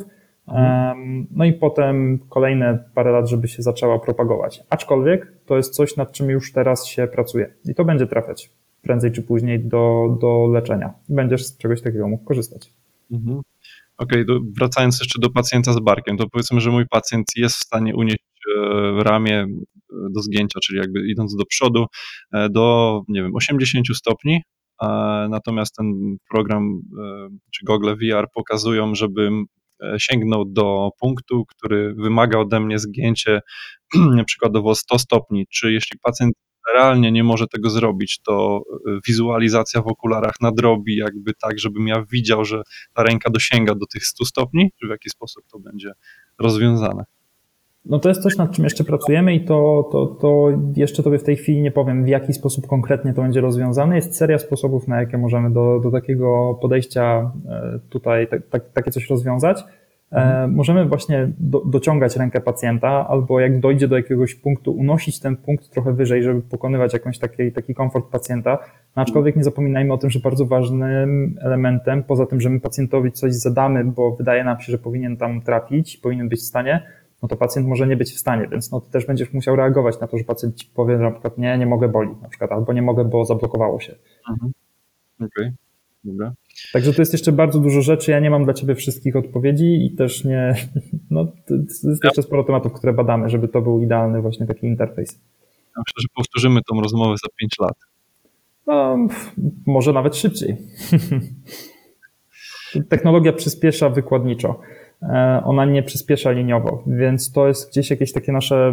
um, no i potem kolejne parę lat, żeby się zaczęła propagować. Aczkolwiek to jest coś, nad czym już teraz się pracuje i to będzie trafiać prędzej czy później do, do leczenia. Będziesz z czegoś takiego mógł korzystać. Mhm. Okej, okay, wracając jeszcze do pacjenta z barkiem, to powiedzmy, że mój pacjent jest w stanie unieść ramię do zgięcia, czyli jakby idąc do przodu do, nie wiem, osiemdziesiąt stopni, natomiast ten program czy gogle V R pokazują, żebym sięgnął do punktu, który wymaga ode mnie zgięcie przykładowo sto stopni, czy jeśli pacjent realnie nie może tego zrobić, to wizualizacja w okularach nadrobi jakby tak, żebym ja widział, że ta ręka dosięga do tych stu stopni, czy w jaki sposób to będzie rozwiązane? No to jest coś, nad czym jeszcze pracujemy i to, to, to jeszcze tobie w tej chwili nie powiem, w jaki sposób konkretnie to będzie rozwiązane. Jest seria sposobów, na jakie możemy do, do takiego podejścia tutaj tak, tak, takie coś rozwiązać. Mhm. Możemy właśnie do, dociągać rękę pacjenta albo jak dojdzie do jakiegoś punktu, unosić ten punkt trochę wyżej, żeby pokonywać jakąś taki, taki komfort pacjenta. No, aczkolwiek nie zapominajmy o tym, że bardzo ważnym elementem, poza tym, że my pacjentowi coś zadamy, bo wydaje nam się, że powinien tam trafić, powinien być w stanie, no to pacjent może nie być w stanie, więc no ty też będziesz musiał reagować na to, że pacjent ci powie, że na przykład nie, nie mogę, boli na przykład, albo nie mogę, bo zablokowało się. Mhm. Okej, okay. Dobra. Także to jest jeszcze bardzo dużo rzeczy, ja nie mam dla ciebie wszystkich odpowiedzi i też nie, no to jest jeszcze sporo tematów, które badamy, żeby to był idealny właśnie taki interfejs. Ja myślę, że powtórzymy tą rozmowę za pięć lat. No, może nawet szybciej. Technologia przyspiesza wykładniczo, ona nie przyspiesza liniowo, więc to jest gdzieś jakieś takie nasze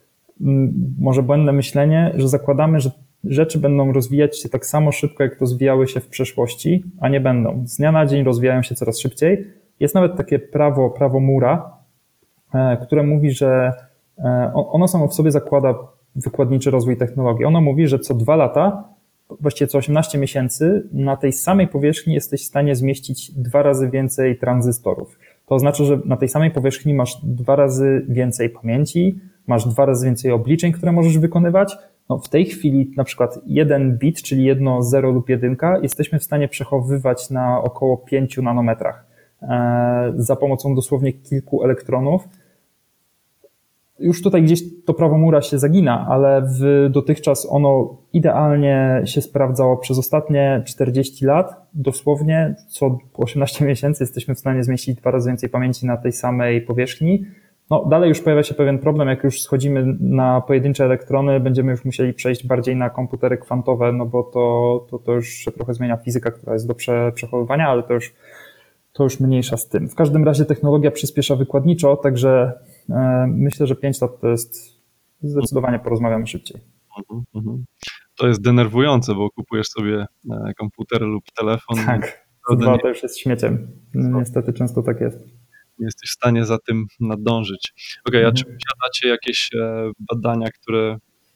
może błędne myślenie, że zakładamy, że rzeczy będą rozwijać się tak samo szybko, jak rozwijały się w przeszłości, a nie będą. Z dnia na dzień rozwijają się coraz szybciej. Jest nawet takie prawo, prawo Moore'a, które mówi, że ono samo w sobie zakłada wykładniczy rozwój technologii. Ono mówi, że co dwa lata, właściwie co osiemnaście miesięcy, na tej samej powierzchni jesteś w stanie zmieścić dwa razy więcej tranzystorów. To oznacza, że na tej samej powierzchni masz dwa razy więcej pamięci, masz dwa razy więcej obliczeń, które możesz wykonywać. No w tej chwili na przykład jeden bit, czyli jedno zero lub jedynka, jesteśmy w stanie przechowywać na około pięciu nanometrach za pomocą dosłownie kilku elektronów. Już tutaj gdzieś to prawo Moore'a się zagina, ale w dotychczas ono idealnie się sprawdzało przez ostatnie czterdzieści lat. Dosłownie co osiemnaście miesięcy jesteśmy w stanie zmieścić dwa razy więcej pamięci na tej samej powierzchni. No dalej już pojawia się pewien problem, jak już schodzimy na pojedyncze elektrony, będziemy już musieli przejść bardziej na komputery kwantowe, no bo to, to, to już się trochę zmienia fizyka, która jest do prze, przechowywania, ale to już, to już mniejsza z tym. W każdym razie technologia przyspiesza wykładniczo, także e, myślę, że pięć lat to jest zdecydowanie porozmawiamy szybciej. Mhm, mhm. To jest denerwujące, bo kupujesz sobie komputer lub telefon. Tak, dwa to już jest śmieciem. Niestety często tak jest. Nie jesteś w stanie za tym nadążyć. Okej, okay, a czy posiadacie jakieś badania, które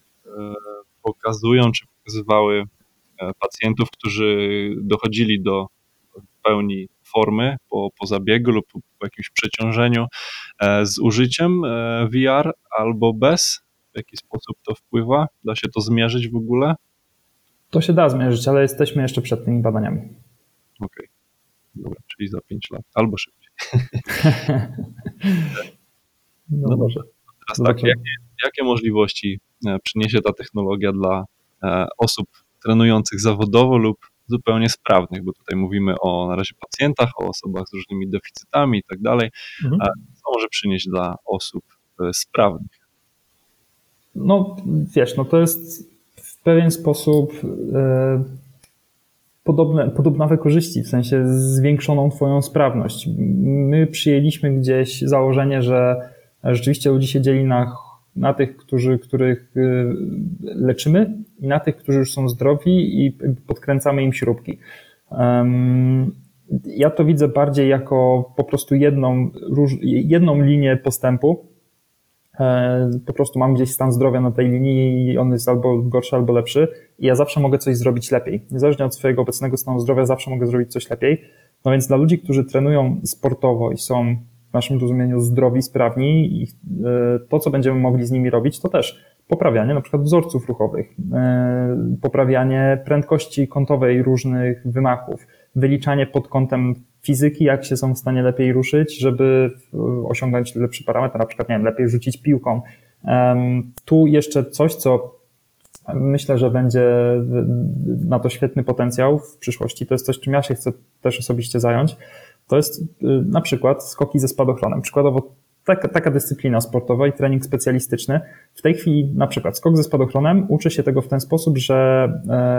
pokazują, czy pokazywały pacjentów, którzy dochodzili do pełni formy po, po zabiegu lub po jakimś przeciążeniu z użyciem V R albo bez? W jaki sposób to wpływa? Da się to zmierzyć w ogóle? To się da zmierzyć, ale jesteśmy jeszcze przed tymi badaniami. Okej, okay. Dobra, czyli za pięć lat albo szybciej. No, no dobrze. Teraz tak, jakie, jakie możliwości przyniesie ta technologia dla osób trenujących zawodowo lub zupełnie sprawnych, bo tutaj mówimy o na razie pacjentach, o osobach z różnymi deficytami i tak dalej. Co może przynieść dla osób sprawnych? No wiesz, no to jest w pewien sposób e, podobne, podobne korzyści, w sensie zwiększoną twoją sprawność. My przyjęliśmy gdzieś założenie, że rzeczywiście ludzi się dzieli na, na tych, którzy, których leczymy i na tych, którzy już są zdrowi i podkręcamy im śrubki. Um, ja to widzę bardziej jako po prostu jedną, jedną linię postępu. Po prostu mam gdzieś stan zdrowia na tej linii i on jest albo gorszy, albo lepszy i ja zawsze mogę coś zrobić lepiej. Niezależnie od swojego obecnego stanu zdrowia zawsze mogę zrobić coś lepiej. No więc dla ludzi, którzy trenują sportowo i są w naszym rozumieniu zdrowi, sprawni, i to, co będziemy mogli z nimi robić, to też poprawianie na przykład wzorców ruchowych, poprawianie prędkości kątowej różnych wymachów, wyliczanie pod kątem fizyki, jak się są w stanie lepiej ruszyć, żeby osiągnąć lepszy parametr, na przykład, nie wiem, lepiej rzucić piłką. Tu jeszcze coś, co myślę, że będzie na to świetny potencjał w przyszłości, to jest coś, czym ja się chcę też osobiście zająć, to jest na przykład skoki ze spadochronem. Przykładowo taka, taka dyscyplina sportowa i trening specjalistyczny. W tej chwili na przykład skok ze spadochronem uczy się tego w ten sposób, że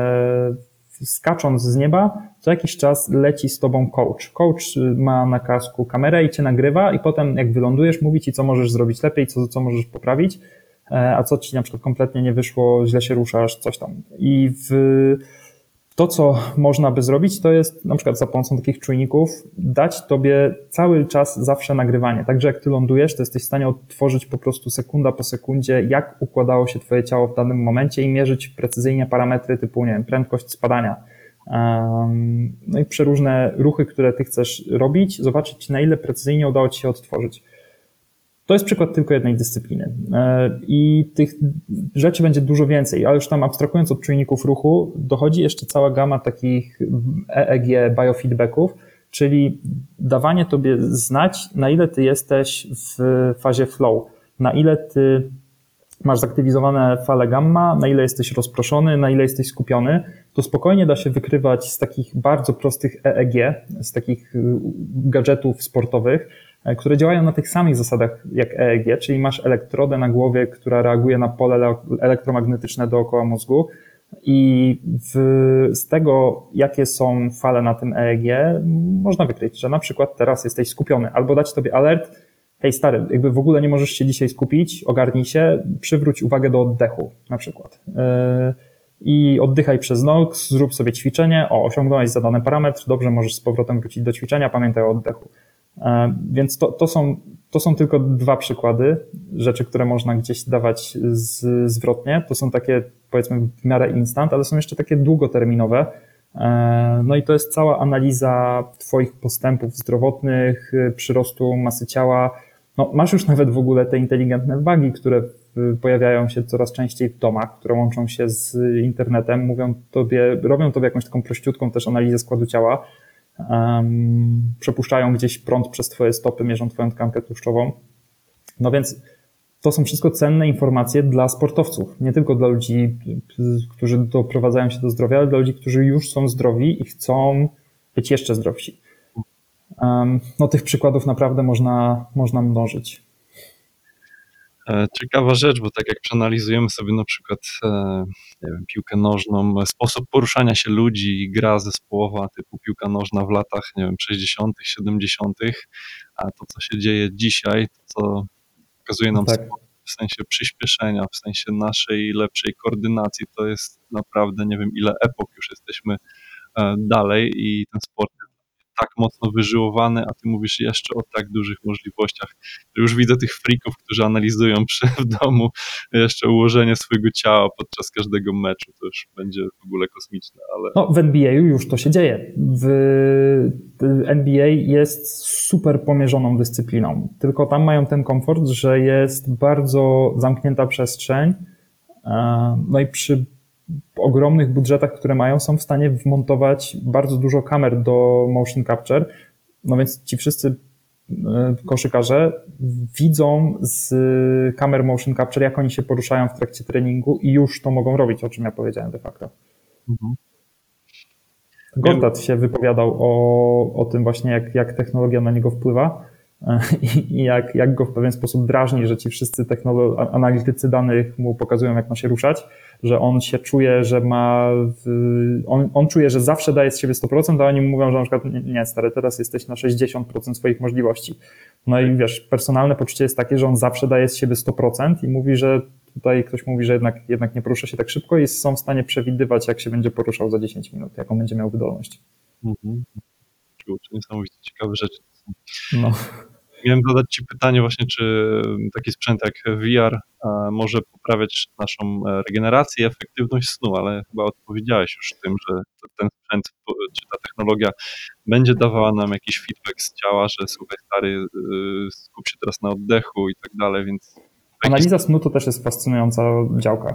e, skacząc z nieba, co jakiś czas leci z tobą coach. Coach ma na kasku kamerę i cię nagrywa i potem jak wylądujesz, mówi ci, co możesz zrobić lepiej, co, co możesz poprawić, a co ci na przykład kompletnie nie wyszło, źle się ruszasz, coś tam. I w to, co można by zrobić, to jest na przykład za pomocą takich czujników dać tobie cały czas zawsze nagrywanie. Także jak ty lądujesz, to jesteś w stanie odtworzyć po prostu sekunda po sekundzie, jak układało się twoje ciało w danym momencie i mierzyć precyzyjnie parametry typu, nie wiem, prędkość spadania. No i przeróżne ruchy, które ty chcesz robić, zobaczyć, na ile precyzyjnie udało ci się odtworzyć. To jest przykład tylko jednej dyscypliny i tych rzeczy będzie dużo więcej, ale już tam abstrahując od czujników ruchu, dochodzi jeszcze cała gama takich E E G biofeedbacków, czyli dawanie tobie znać, na ile ty jesteś w fazie flow, na ile ty masz zaktywizowane fale gamma, na ile jesteś rozproszony, na ile jesteś skupiony, to spokojnie da się wykrywać z takich bardzo prostych E E G, z takich gadżetów sportowych, które działają na tych samych zasadach jak E E G, czyli masz elektrodę na głowie, która reaguje na pole elektromagnetyczne dookoła mózgu. I w, z tego, jakie są fale na tym E E G, można wykryć, że na przykład teraz jesteś skupiony, albo dać tobie alert: hej stary, jakby w ogóle nie możesz się dzisiaj skupić, ogarnij się, przywróć uwagę do oddechu na przykład. Yy, I oddychaj przez nos, zrób sobie ćwiczenie, o, osiągnąłeś zadany parametr, dobrze, możesz z powrotem wrócić do ćwiczenia, pamiętaj o oddechu. Yy, Więc to, to są, to są tylko dwa przykłady rzeczy, które można gdzieś dawać z, zwrotnie. To są takie, powiedzmy, w miarę instant, ale są jeszcze takie długoterminowe. No i to jest cała analiza twoich postępów zdrowotnych, przyrostu masy ciała. No, masz już nawet w ogóle te inteligentne wagi, które pojawiają się coraz częściej w domach, które łączą się z internetem, mówią tobie, robią tobie jakąś taką prościutką też analizę składu ciała, um, przepuszczają gdzieś prąd przez twoje stopy, mierzą twoją tkankę tłuszczową. No więc to są wszystko cenne informacje dla sportowców, nie tylko dla ludzi, którzy doprowadzają się do zdrowia, ale dla ludzi, którzy już są zdrowi i chcą być jeszcze zdrowsi. No tych przykładów naprawdę można, można mnożyć. Ciekawa rzecz, bo tak jak przeanalizujemy sobie na przykład nie wiem, piłkę nożną, sposób poruszania się ludzi, gra zespołowa typu piłka nożna w latach, nie wiem, sześćdziesiątych, siedemdziesiątych, a to, co się dzieje dzisiaj, to co pokazuje nam Tak. w sensie przyspieszenia, w sensie naszej lepszej koordynacji, to jest naprawdę nie wiem ile epok już jesteśmy dalej i ten sport jest tak mocno wyżyłowany, a ty mówisz jeszcze o tak dużych możliwościach. Już widzę tych freaków, którzy analizują przy, w domu jeszcze ułożenie swojego ciała podczas każdego meczu, to już będzie w ogóle kosmiczne, ale... No w N B A już to się dzieje. W N B A jest super pomierzoną dyscypliną, tylko tam mają ten komfort, że jest bardzo zamknięta przestrzeń, no i przy ogromnych budżetach, które mają, są w stanie wmontować bardzo dużo kamer do motion capture, no więc ci wszyscy koszykarze widzą z kamer motion capture, jak oni się poruszają w trakcie treningu i już to mogą robić, o czym ja powiedziałem de facto. Mhm. Gortat się wypowiadał o, o tym właśnie, jak, jak technologia na niego wpływa i jak, jak go w pewien sposób drażni, że ci wszyscy technolo- analitycy danych mu pokazują, jak ma się ruszać, że on się czuje, że ma, on, on czuje, że zawsze daje z siebie sto procent, a oni mu mówią, że na przykład nie stary, teraz jesteś na sześćdziesiąt procent swoich możliwości. No i wiesz, personalne poczucie jest takie, że on zawsze daje z siebie sto procent i mówi, że tutaj ktoś mówi, że jednak, jednak nie porusza się tak szybko i są w stanie przewidywać, jak się będzie poruszał za dziesięć minut, jaką będzie miał wydolność. Mhm. Kurczę, niesamowicie ciekawe rzeczy. No. Miałem zadać ci pytanie właśnie, czy taki sprzęt jak V R może poprawiać naszą regenerację i efektywność snu, ale chyba odpowiedziałeś już tym, że ten sprzęt czy ta technologia będzie dawała nam jakiś feedback z ciała, że słuchaj stary, skup się teraz na oddechu i tak dalej, więc... Analiza snu to też jest fascynująca działka.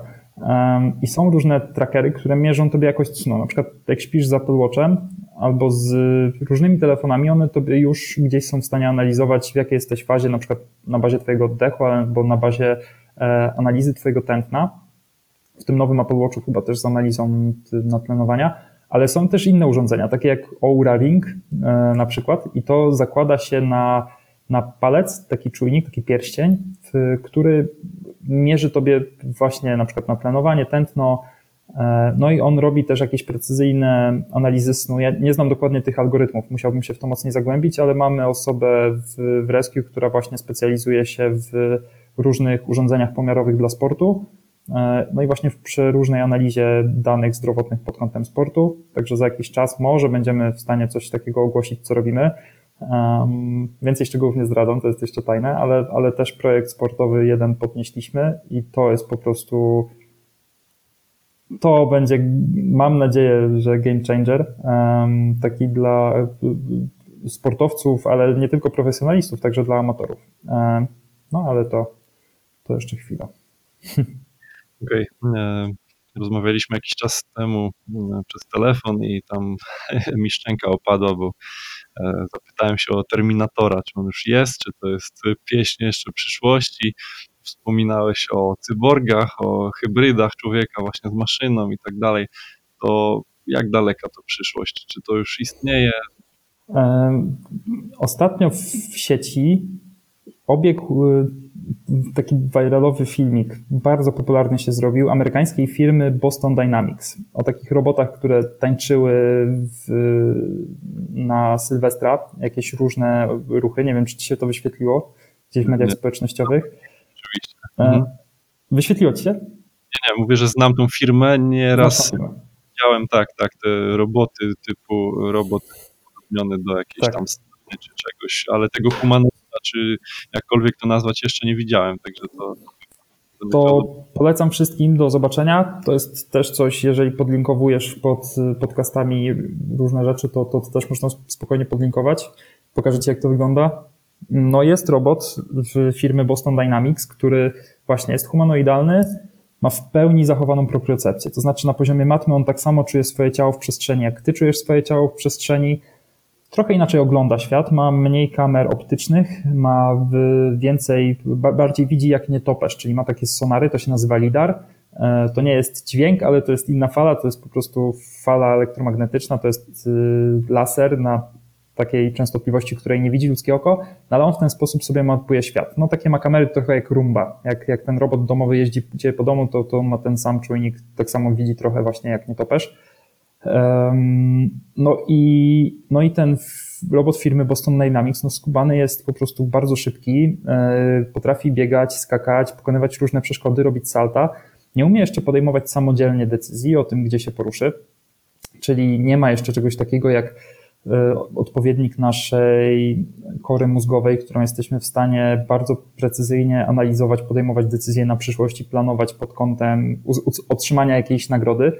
I są różne trackery, które mierzą tobie jakość snu. Na przykład jak śpisz z Apple Watchem albo z różnymi telefonami, one tobie już gdzieś są w stanie analizować, w jakiej jesteś fazie, na przykład na bazie twojego oddechu albo na bazie analizy twojego tętna. W tym nowym Apple Watchu chyba też z analizą natlenowania, ale są też inne urządzenia, takie jak Oura Ring na przykład i to zakłada się na na palec, taki czujnik, taki pierścień, który mierzy tobie właśnie na przykład natlenowanie, tętno, no i on robi też jakieś precyzyjne analizy snu. Ja nie znam dokładnie tych algorytmów, musiałbym się w to mocniej zagłębić, ale mamy osobę w, w Rescue, która właśnie specjalizuje się w różnych urządzeniach pomiarowych dla sportu, no i właśnie w przeróżnej analizie danych zdrowotnych pod kątem sportu, także za jakiś czas może będziemy w stanie coś takiego ogłosić, co robimy. Um, więcej szczegółów nie zdradzam, to jest jeszcze tajne, ale, ale też projekt sportowy jeden podnieśliśmy i to jest po prostu, to będzie, mam nadzieję, że game changer, um, taki dla sportowców, ale nie tylko profesjonalistów, także dla amatorów. Um, no ale to, to jeszcze chwila. Okej. Okay. Rozmawialiśmy jakiś czas temu przez telefon i tam mi szczęka opadła, bo zapytałem się o Terminatora, czy on już jest, czy to jest pieśń jeszcze przyszłości. Wspominałeś o cyborgach, o hybrydach człowieka właśnie z maszyną i tak dalej. To jak daleka to przyszłość? Czy to już istnieje? Ostatnio w sieci obiegł taki viralowy filmik, bardzo popularny się zrobił, amerykańskiej firmy Boston Dynamics, o takich robotach, które tańczyły w, na Sylwestra, jakieś różne ruchy, nie wiem, czy ci się to wyświetliło gdzieś w mediach Nie. społecznościowych. Oczywiście. Mhm. Wyświetliło ci się? Nie, nie, mówię, że znam tą firmę, nieraz Znasz tą firmę. widziałem, tak, tak, te roboty typu robot podobniony do jakiejś Tak. tam strony czy czegoś, ale tego humanoida, czy jakkolwiek to nazwać, jeszcze nie widziałem, także to... To polecam wszystkim do zobaczenia. To jest też coś, jeżeli podlinkowujesz pod podcastami różne rzeczy, to, to też można spokojnie podlinkować. Pokażę ci, jak to wygląda. No jest robot w firmy Boston Dynamics, który właśnie jest humanoidalny, ma w pełni zachowaną propriocepcję. To znaczy na poziomie matmy on tak samo czuje swoje ciało w przestrzeni, jak ty czujesz swoje ciało w przestrzeni. Trochę inaczej ogląda świat, ma mniej kamer optycznych, ma więcej, bardziej widzi jak nietoperz, czyli ma takie sonary, to się nazywa lidar. To nie jest dźwięk, ale to jest inna fala, to jest po prostu fala elektromagnetyczna, to jest laser na takiej częstotliwości, której nie widzi ludzkie oko, no ale on w ten sposób sobie mapuje świat. No takie ma kamery trochę jak Roomba, jak, jak ten robot domowy jeździ gdzie po domu, to, to on ma ten sam czujnik, tak samo widzi trochę właśnie jak nietoperz. No i, no i ten robot firmy Boston Dynamics, no skubany jest po prostu bardzo szybki, potrafi biegać, skakać, pokonywać różne przeszkody, robić salta. Nie umie jeszcze podejmować samodzielnie decyzji o tym, gdzie się poruszy, czyli nie ma jeszcze czegoś takiego jak odpowiednik naszej kory mózgowej, którą jesteśmy w stanie bardzo precyzyjnie analizować, podejmować decyzje na przyszłość i planować pod kątem otrzymania jakiejś nagrody.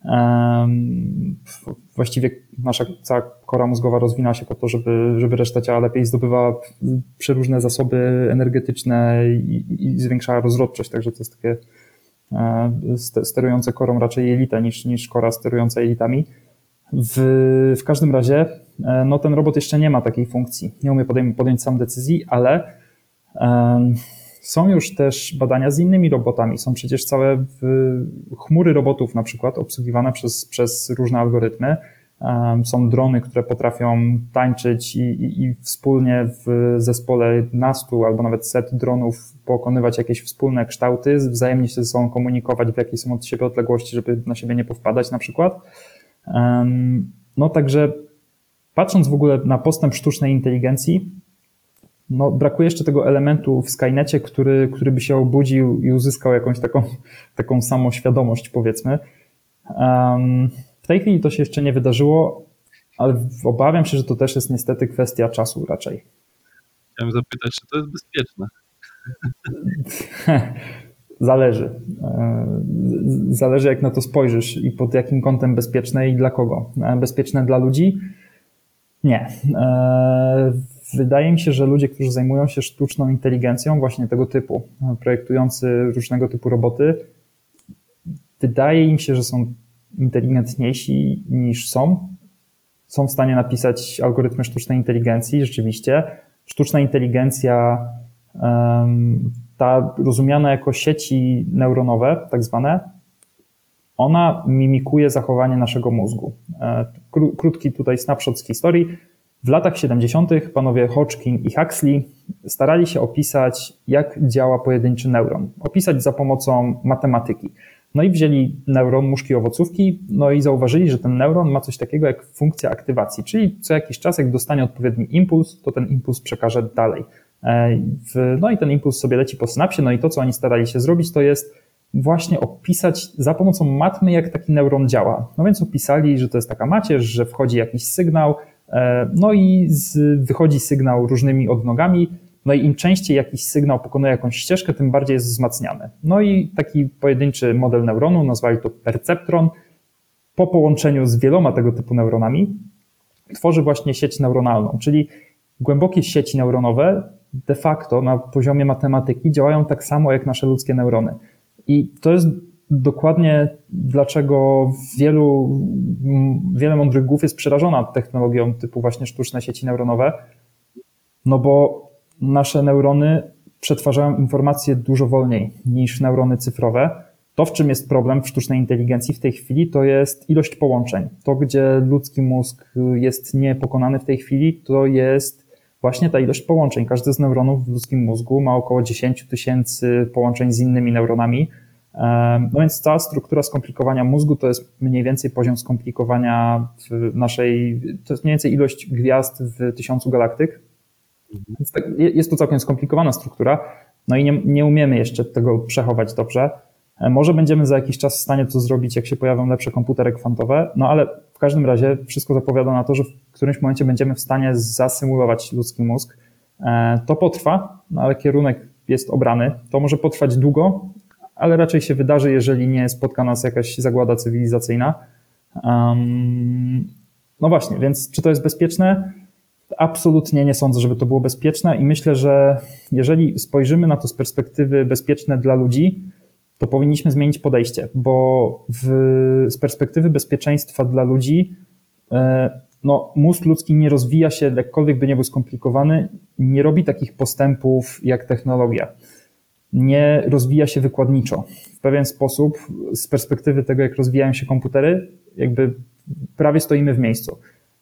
Właściwie nasza cała kora mózgowa rozwinęła się po to, żeby, żeby reszta ciała lepiej zdobywała przeróżne zasoby energetyczne i, i zwiększała rozrodczość, także to jest takie sterujące korą raczej jelita niż, niż kora sterująca jelitami. W, w każdym razie no ten robot jeszcze nie ma takiej funkcji, nie umie podjąć, podjąć sam decyzji, ale um, są już też badania z innymi robotami. Są przecież całe chmury robotów na przykład obsługiwane przez, przez różne algorytmy. Są drony, które potrafią tańczyć i, i, i wspólnie w zespole nastu albo nawet set dronów pokonywać jakieś wspólne kształty, wzajemnie się ze sobą komunikować, w jakiej są od siebie odległości, żeby na siebie nie powpadać na przykład. No także patrząc w ogóle na postęp sztucznej inteligencji, no, brakuje jeszcze tego elementu w Skynecie, który, który by się obudził i uzyskał jakąś taką, taką samoświadomość, powiedzmy. Um, w tej chwili to się jeszcze nie wydarzyło, ale obawiam się, że to też jest niestety kwestia czasu raczej. Chciałem zapytać, czy to jest bezpieczne? Zależy. Zależy, jak na to spojrzysz i pod jakim kątem bezpieczne i dla kogo. Bezpieczne dla ludzi? Nie. Wydaje mi się, że ludzie, którzy zajmują się sztuczną inteligencją właśnie tego typu, projektujący różnego typu roboty, wydaje im się, że są inteligentniejsi niż są. Są w stanie napisać algorytmy sztucznej inteligencji, rzeczywiście. Sztuczna inteligencja, ta rozumiana jako sieci neuronowe, tak zwane, ona mimikuje zachowanie naszego mózgu. Krótki tutaj snapshot z historii. W latach siedemdziesiątych panowie Hodgkin i Huxley starali się opisać, jak działa pojedynczy neuron. Opisać za pomocą matematyki. No i wzięli neuron muszki owocówki, no i zauważyli, że ten neuron ma coś takiego jak funkcja aktywacji, czyli co jakiś czas, jak dostanie odpowiedni impuls, to ten impuls przekaże dalej. No i ten impuls sobie leci po synapsie, no i to, co oni starali się zrobić, to jest właśnie opisać za pomocą matmy, jak taki neuron działa. No więc opisali, że to jest taka macierz, że wchodzi jakiś sygnał, no i z, wychodzi sygnał różnymi odnogami, no i im częściej jakiś sygnał pokonuje jakąś ścieżkę, tym bardziej jest wzmacniany. No i taki pojedynczy model neuronu, nazwali to perceptron, po połączeniu z wieloma tego typu neuronami tworzy właśnie sieć neuronalną, czyli głębokie sieci neuronowe de facto na poziomie matematyki działają tak samo jak nasze ludzkie neurony. I to jest dokładnie dlaczego wielu, wiele mądrych głów jest przerażona technologią typu właśnie sztuczne sieci neuronowe, no bo nasze neurony przetwarzają informacje dużo wolniej niż neurony cyfrowe. To, w czym jest problem w sztucznej inteligencji w tej chwili, to jest ilość połączeń. To, gdzie ludzki mózg jest niepokonany w tej chwili, to jest właśnie ta ilość połączeń. Każdy z neuronów w ludzkim mózgu ma około dziesięć tysięcy połączeń z innymi neuronami. No więc cała struktura skomplikowania mózgu to jest mniej więcej poziom skomplikowania w naszej, to jest mniej więcej ilość gwiazd w tysiącu galaktyk. Więc tak, jest to całkiem skomplikowana struktura, no i nie, nie umiemy jeszcze tego przechować dobrze. Może będziemy za jakiś czas w stanie to zrobić, jak się pojawią lepsze komputery kwantowe, no ale w każdym razie wszystko zapowiada na to, że w którymś momencie będziemy w stanie zasymulować ludzki mózg. To potrwa, no ale kierunek jest obrany. To może potrwać długo, ale raczej się wydarzy, jeżeli nie spotka nas jakaś zagłada cywilizacyjna. Um, no właśnie, więc czy to jest bezpieczne? Absolutnie nie sądzę, żeby to było bezpieczne i myślę, że jeżeli spojrzymy na to z perspektywy bezpieczne dla ludzi, to powinniśmy zmienić podejście, bo w, z perspektywy bezpieczeństwa dla ludzi no, mózg ludzki nie rozwija się, jakkolwiek by nie był skomplikowany, nie robi takich postępów jak technologia. Nie rozwija się wykładniczo. W pewien sposób z perspektywy tego, jak rozwijają się komputery, jakby prawie stoimy w miejscu.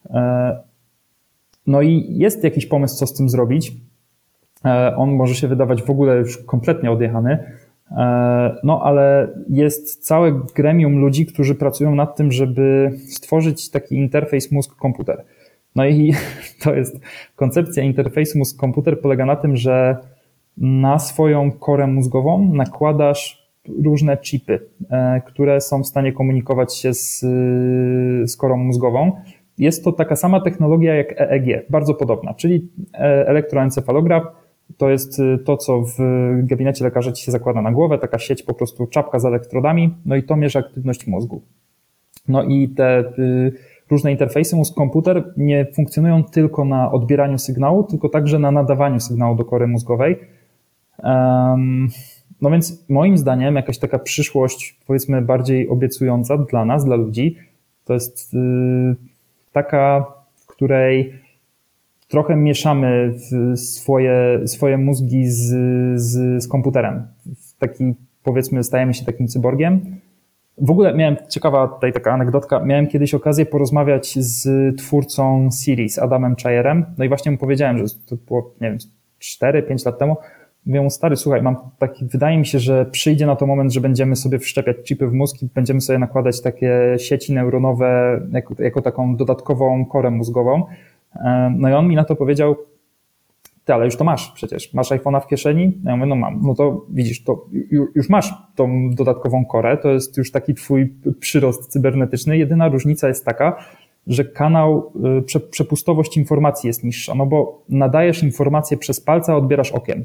No i jest jakiś pomysł, co z tym zrobić. On może się wydawać w ogóle już kompletnie odjechany, no ale jest całe gremium ludzi, którzy pracują nad tym, żeby stworzyć taki interfejs mózg-komputer. No i to jest koncepcja interfejsu mózg-komputer polega na tym, że na swoją korę mózgową nakładasz różne chipy, które są w stanie komunikować się z, z korą mózgową. Jest to taka sama technologia jak E E G, bardzo podobna, czyli elektroencefalograf. To jest to, co w gabinecie lekarza ci się zakłada na głowę, taka sieć, po prostu czapka z elektrodami, no i to mierzy aktywność mózgu. No i te y, różne interfejsy mózg-komputer nie funkcjonują tylko na odbieraniu sygnału, tylko także na nadawaniu sygnału do kory mózgowej. Um, no więc moim zdaniem jakaś taka przyszłość, powiedzmy, bardziej obiecująca dla nas, dla ludzi, to jest y, taka, w której trochę mieszamy swoje, swoje mózgi z, z, z komputerem. Taki, powiedzmy, stajemy się takim cyborgiem. W ogóle miałem, ciekawa tutaj taka anegdotka, miałem kiedyś okazję porozmawiać z twórcą Siri, z Adamem Chayerem, no i właśnie mu powiedziałem, że to było, nie wiem, cztery pięć lat temu. Mówię mu, stary, słuchaj, mam taki, wydaje mi się, że przyjdzie na to moment, że będziemy sobie wszczepiać chipy w mózg i będziemy sobie nakładać takie sieci neuronowe jako, jako taką dodatkową korę mózgową. No i on mi na to powiedział, ty, ale już to masz przecież, masz iPhone'a w kieszeni? Ja mówię, no mam, no to widzisz, to już masz tą dodatkową korę, to jest już taki twój przyrost cybernetyczny. Jedyna różnica jest taka, że kanał, przepustowość informacji jest niższa, no bo nadajesz informację przez palce, a odbierasz okiem.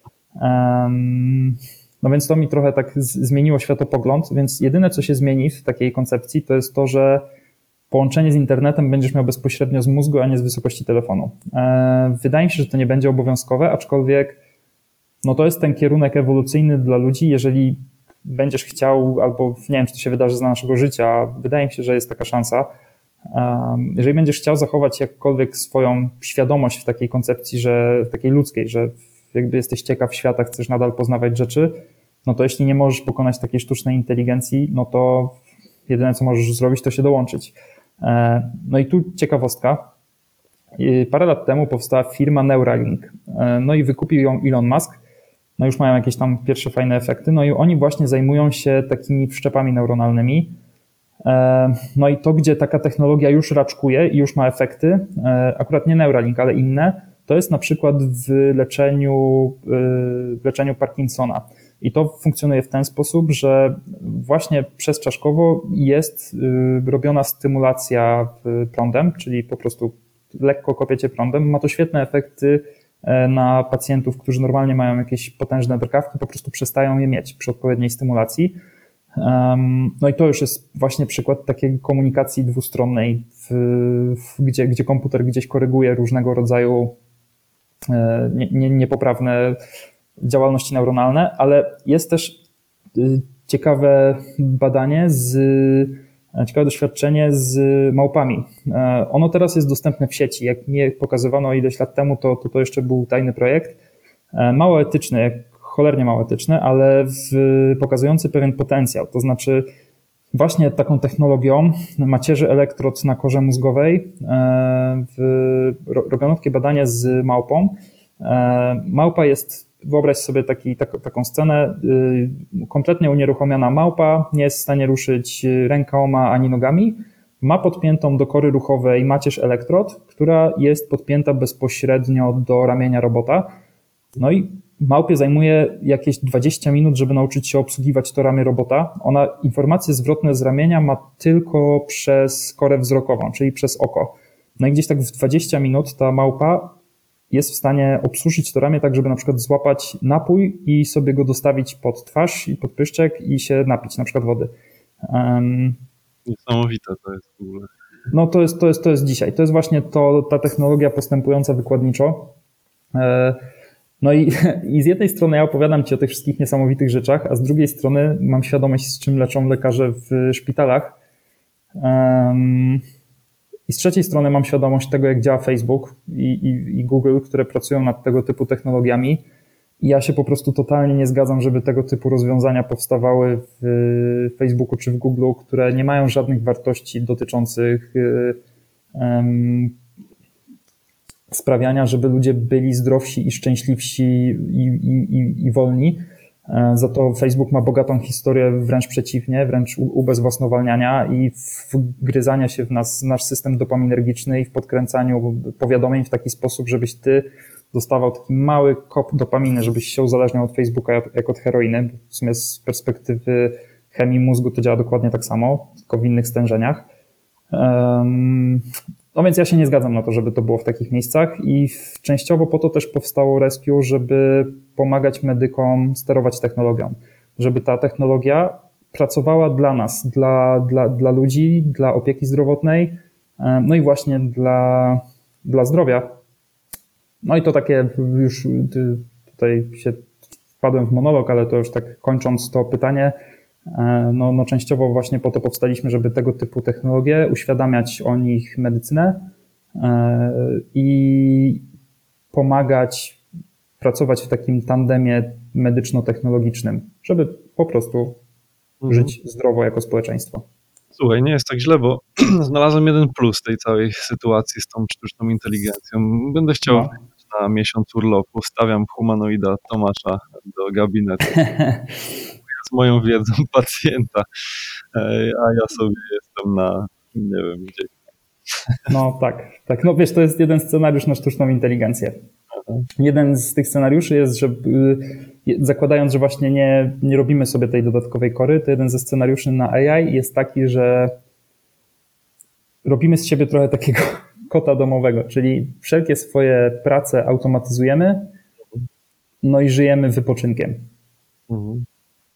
No więc to mi trochę tak zmieniło światopogląd, więc jedyne, co się zmieni w takiej koncepcji, to jest to, że połączenie z internetem będziesz miał bezpośrednio z mózgu, a nie z wysokości telefonu. Wydaje mi się, że to nie będzie obowiązkowe, aczkolwiek no to jest ten kierunek ewolucyjny dla ludzi, jeżeli będziesz chciał, albo nie wiem, czy to się wydarzy za naszego życia, wydaje mi się, że jest taka szansa. Jeżeli będziesz chciał zachować jakkolwiek swoją świadomość w takiej koncepcji, że w takiej ludzkiej, że jakby jesteś ciekaw świata, chcesz nadal poznawać rzeczy, no to jeśli nie możesz pokonać takiej sztucznej inteligencji, no to jedyne, co możesz zrobić, to się dołączyć. No i tu ciekawostka. Parę lat temu powstała firma Neuralink. No i wykupił ją Elon Musk. No już mają jakieś tam pierwsze fajne efekty. No i oni właśnie zajmują się takimi wszczepami neuronalnymi. No i to, gdzie taka technologia już raczkuje i już ma efekty, akurat nie Neuralink, ale inne, to jest na przykład w leczeniu, w leczeniu Parkinsona. I to funkcjonuje w ten sposób, że właśnie przezczaszkowo jest robiona stymulacja prądem, czyli po prostu lekko kopiecie prądem. Ma to świetne efekty na pacjentów, którzy normalnie mają jakieś potężne drgawki, po prostu przestają je mieć przy odpowiedniej stymulacji. No i to już jest właśnie przykład takiej komunikacji dwustronnej, w, w, gdzie, gdzie komputer gdzieś koryguje różnego rodzaju nie, nie, niepoprawne działalności neuronalne, ale jest też ciekawe badanie, z, ciekawe doświadczenie z małpami. Ono teraz jest dostępne w sieci. Jak mnie pokazywano ileś lat temu, to to, to jeszcze był tajny projekt. Mało etyczny, cholernie mało etyczny, ale w, pokazujący pewien potencjał. To znaczy właśnie taką technologią macierzy elektrod na korze mózgowej w, robiono takie badanie z małpą. Małpa jest, wyobraź sobie taki, tak, taką scenę, kompletnie unieruchomiona małpa, nie jest w stanie ruszyć rękoma ani nogami, ma podpiętą do kory ruchowej macierz elektrod, która jest podpięta bezpośrednio do ramienia robota. No i małpie zajmuje jakieś dwadzieścia minut, żeby nauczyć się obsługiwać to ramię robota. Ona informacje zwrotne z ramienia ma tylko przez korę wzrokową, czyli przez oko. No i gdzieś tak w dwadzieścia minut ta małpa jest w stanie obsłużyć to ramię tak, żeby na przykład złapać napój i sobie go dostawić pod twarz i pod pyszczek i się napić na przykład wody. Um, Niesamowite to jest w ogóle. No to jest, to jest, to jest dzisiaj. To jest właśnie to, ta technologia postępująca wykładniczo. No i, i z jednej strony ja opowiadam Ci o tych wszystkich niesamowitych rzeczach, a z drugiej strony mam świadomość, z czym leczą lekarze w szpitalach. Um, I z trzeciej strony mam świadomość tego, jak działa Facebook i, i, i Google, które pracują nad tego typu technologiami. I ja się po prostu totalnie nie zgadzam, żeby tego typu rozwiązania powstawały w Facebooku czy w Google, które nie mają żadnych wartości dotyczących um, sprawiania, żeby ludzie byli zdrowsi i szczęśliwsi i, i, i, i wolni. Za to Facebook ma bogatą historię, wręcz przeciwnie, wręcz ubezwłasnowalniania i wgryzania się w nas, nasz system dopaminergiczny i w podkręcaniu powiadomień w taki sposób, żebyś ty dostawał taki mały kop dopaminy, żebyś się uzależniał od Facebooka jak od heroiny. W sumie z perspektywy chemii mózgu to działa dokładnie tak samo, tylko w innych stężeniach. Um, No więc ja się nie zgadzam na to, żeby to było w takich miejscach i częściowo po to też powstało Rescue, żeby pomagać medykom sterować technologią, żeby ta technologia pracowała dla nas, dla, dla, dla ludzi, dla opieki zdrowotnej, no i właśnie dla, dla zdrowia. No i to takie już tutaj się wpadłem w monolog, ale to już tak kończąc to pytanie, No, no częściowo właśnie po to powstaliśmy, żeby tego typu technologie, uświadamiać o nich medycynę i pomagać pracować w takim tandemie medyczno-technologicznym, żeby po prostu Mhm. żyć zdrowo jako społeczeństwo. Słuchaj, nie jest tak źle, bo znalazłem jeden plus tej całej sytuacji z tą sztuczną inteligencją. Będę chciał No. na miesiąc urlopu, stawiam humanoida Tomasza do gabinetu z moją wiedzą pacjenta, a ja sobie jestem na, nie wiem gdzie. No tak, tak. No wiesz, to jest jeden scenariusz na sztuczną inteligencję. Jeden z tych scenariuszy jest, że zakładając, że właśnie nie, nie robimy sobie tej dodatkowej kory, to jeden ze scenariuszy na A I jest taki, że robimy z siebie trochę takiego kota domowego, czyli wszelkie swoje prace automatyzujemy, no i żyjemy wypoczynkiem. Mhm.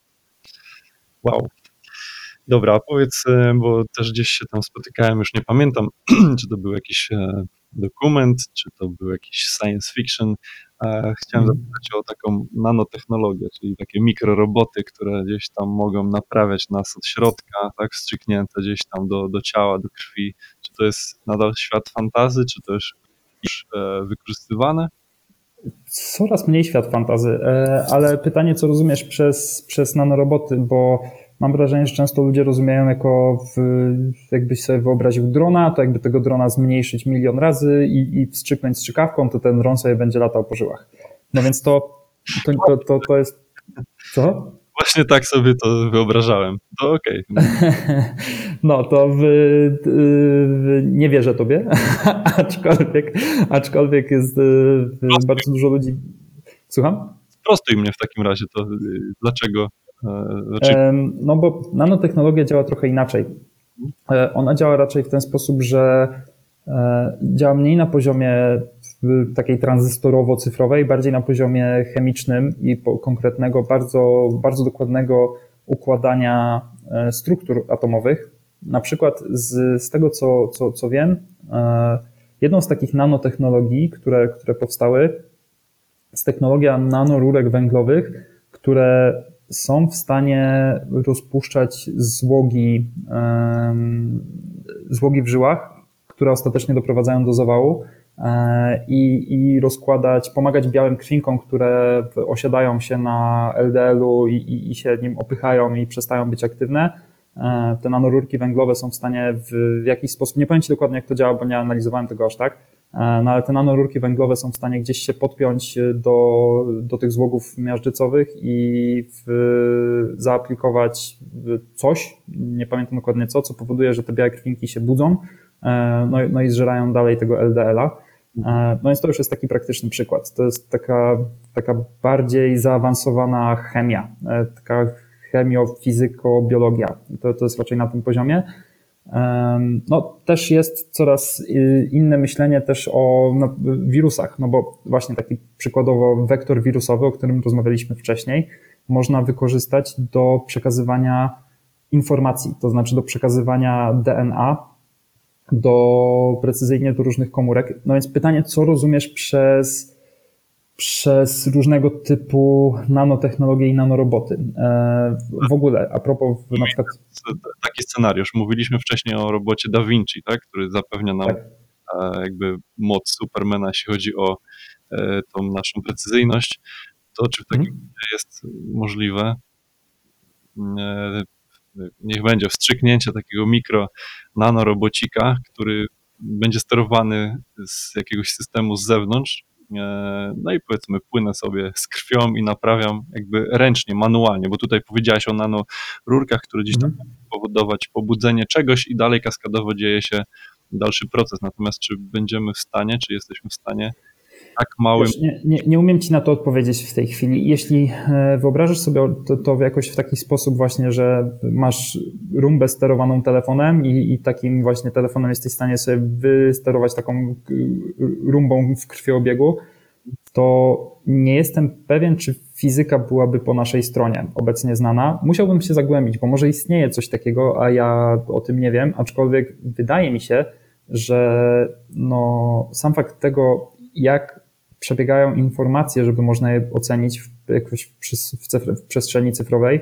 Wow. Dobra, a powiedz, bo też gdzieś się tam spotykałem, już nie pamiętam, czy to był jakiś dokument, czy to był jakiś science fiction. Chciałem Mhm. zapytać o taką nanotechnologię, czyli takie mikroroboty, które gdzieś tam mogą naprawiać nas od środka, tak, wstrzyknięte gdzieś tam do, do ciała, do krwi. Czy to jest nadal świat fantazy, czy to już, już wykorzystywane? Coraz mniej świat fantazy, ale pytanie, co rozumiesz przez, przez nanoroboty, bo mam wrażenie, że często ludzie rozumieją jako, w, jakbyś sobie wyobraził drona, to jakby tego drona zmniejszyć milion razy i, i wstrzyknąć strzykawką, to ten dron sobie będzie latał po żyłach. No więc to, to, to, to, to jest... Co? Właśnie tak sobie to wyobrażałem. To okej. Okay. No to w, w, nie wierzę tobie, aczkolwiek, aczkolwiek jest w, bardzo dużo ludzi... Słucham? Sprostuj mnie w takim razie, to dlaczego? Znaczy... No bo nanotechnologia działa trochę inaczej. Ona działa raczej w ten sposób, że działa mniej na poziomie takiej tranzystorowo-cyfrowej, bardziej na poziomie chemicznym i konkretnego, bardzo, bardzo dokładnego układania struktur atomowych. Na przykład z, z tego, co, co, co wiem, jedną z takich nanotechnologii, które, które powstały, jest technologia nanorurek węglowych, które są w stanie rozpuszczać złogi, złogi w żyłach, które ostatecznie doprowadzają do zawału i, i rozkładać, pomagać białym krwinkom, które osiadają się na L D L-u i, i, i się nim opychają i przestają być aktywne, te nanorurki węglowe są w stanie w jakiś sposób, nie powiem Ci dokładnie jak to działa, bo nie analizowałem tego aż tak, no ale te nanorurki węglowe są w stanie gdzieś się podpiąć do, do tych złogów miażdżycowych i w, zaaplikować coś, nie pamiętam dokładnie co, co powoduje, że te białe krwinki się budzą, no, no i zżerają dalej tego L D L-a. No więc to już jest taki praktyczny przykład. To jest taka, taka bardziej zaawansowana chemia, taka chemio-fizyko-biologia. To, to jest raczej na tym poziomie. No też jest coraz inne myślenie też o no, wirusach, no bo właśnie taki przykładowo wektor wirusowy, o którym rozmawialiśmy wcześniej, można wykorzystać do przekazywania informacji, to znaczy do przekazywania D N A do precyzyjnie do różnych komórek. No więc pytanie, co rozumiesz przez, przez różnego typu nanotechnologie i nanoroboty? W ogóle, a propos na przykład... Taki scenariusz. Mówiliśmy wcześniej o robocie Da Vinci, tak, który zapewnia nam tak. jakby moc Supermana, jeśli chodzi o tą naszą precyzyjność. To czy w takim hmm. jest możliwe? Niech będzie wstrzyknięcie takiego mikro nanorobocika, który będzie sterowany z jakiegoś systemu z zewnątrz, no i powiedzmy płynę sobie z krwią i naprawiam jakby ręcznie, manualnie, bo tutaj powiedziałaś o nanorurkach, które gdzieś tam mogą powodować pobudzenie czegoś i dalej kaskadowo dzieje się dalszy proces. Natomiast czy będziemy w stanie, czy jesteśmy w stanie tak małym... Wiesz, nie, nie, nie umiem Ci na to odpowiedzieć w tej chwili. Jeśli wyobrażasz sobie to, to jakoś w taki sposób właśnie, że masz rumbę sterowaną telefonem i, i takim właśnie telefonem jesteś w stanie sobie wysterować taką rumbą w krwiobiegu, to nie jestem pewien, czy fizyka byłaby po naszej stronie obecnie znana. Musiałbym się zagłębić, bo może istnieje coś takiego, a ja o tym nie wiem, aczkolwiek wydaje mi się, że no, sam fakt tego, jak przebiegają informacje, żeby można je ocenić w, jakoś w, w, cyfr, w przestrzeni cyfrowej,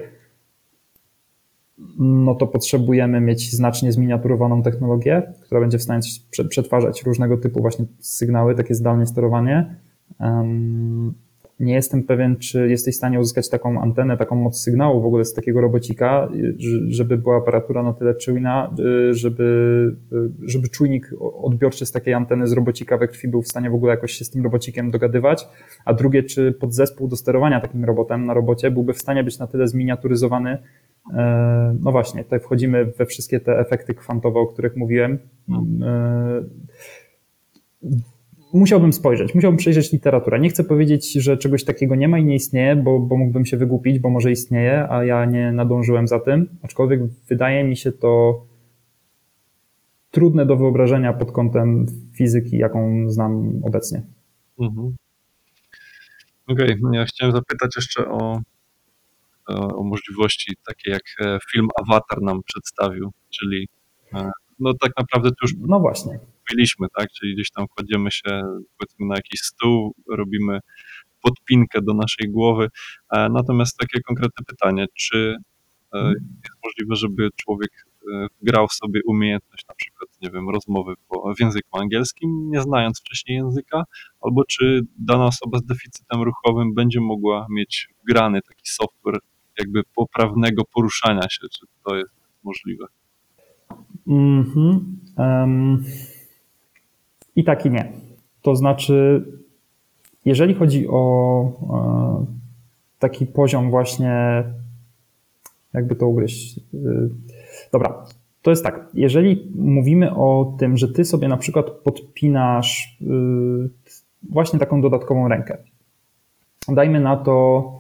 no to potrzebujemy mieć znacznie zminiaturowaną technologię, która będzie w stanie przetwarzać różnego typu właśnie sygnały, takie zdalnie sterowanie. Um, nie jestem pewien, czy jesteś w stanie uzyskać taką antenę, taką moc sygnału w ogóle z takiego robocika, żeby była aparatura na tyle czujna, żeby, żeby czujnik odbiorczy z takiej anteny z robocika we krwi był w stanie w ogóle jakoś się z tym robocikiem dogadywać, a drugie, czy podzespół do sterowania takim robotem na robocie byłby w stanie być na tyle zminiaturyzowany. No właśnie, tutaj wchodzimy we wszystkie te efekty kwantowe, o których mówiłem. Musiałbym spojrzeć, musiałbym przejrzeć literaturę. Nie chcę powiedzieć, że czegoś takiego nie ma i nie istnieje, bo, bo mógłbym się wygłupić, bo może istnieje, a ja nie nadążyłem za tym. Aczkolwiek wydaje mi się to trudne do wyobrażenia pod kątem fizyki, jaką znam obecnie. Mhm. Okej, okay. Ja chciałem zapytać jeszcze o, o możliwości takie, jak film Avatar nam przedstawił, czyli no tak naprawdę to już... No właśnie. Mieliśmy, tak? Czyli gdzieś tam kładziemy się powiedzmy na jakiś stół, robimy podpinkę do naszej głowy. Natomiast takie konkretne pytanie, czy jest możliwe, żeby człowiek grał sobie umiejętność na przykład, nie wiem, rozmowy po, w języku angielskim, nie znając wcześniej języka, albo czy dana osoba z deficytem ruchowym będzie mogła mieć wgrany taki software jakby poprawnego poruszania się, czy to jest możliwe? Mhm. Um. I tak i nie. To znaczy, jeżeli chodzi o taki poziom właśnie, jakby to ugryźć. Dobra, to jest tak. Jeżeli mówimy o tym, że ty sobie na przykład podpinasz właśnie taką dodatkową rękę. Dajmy na to,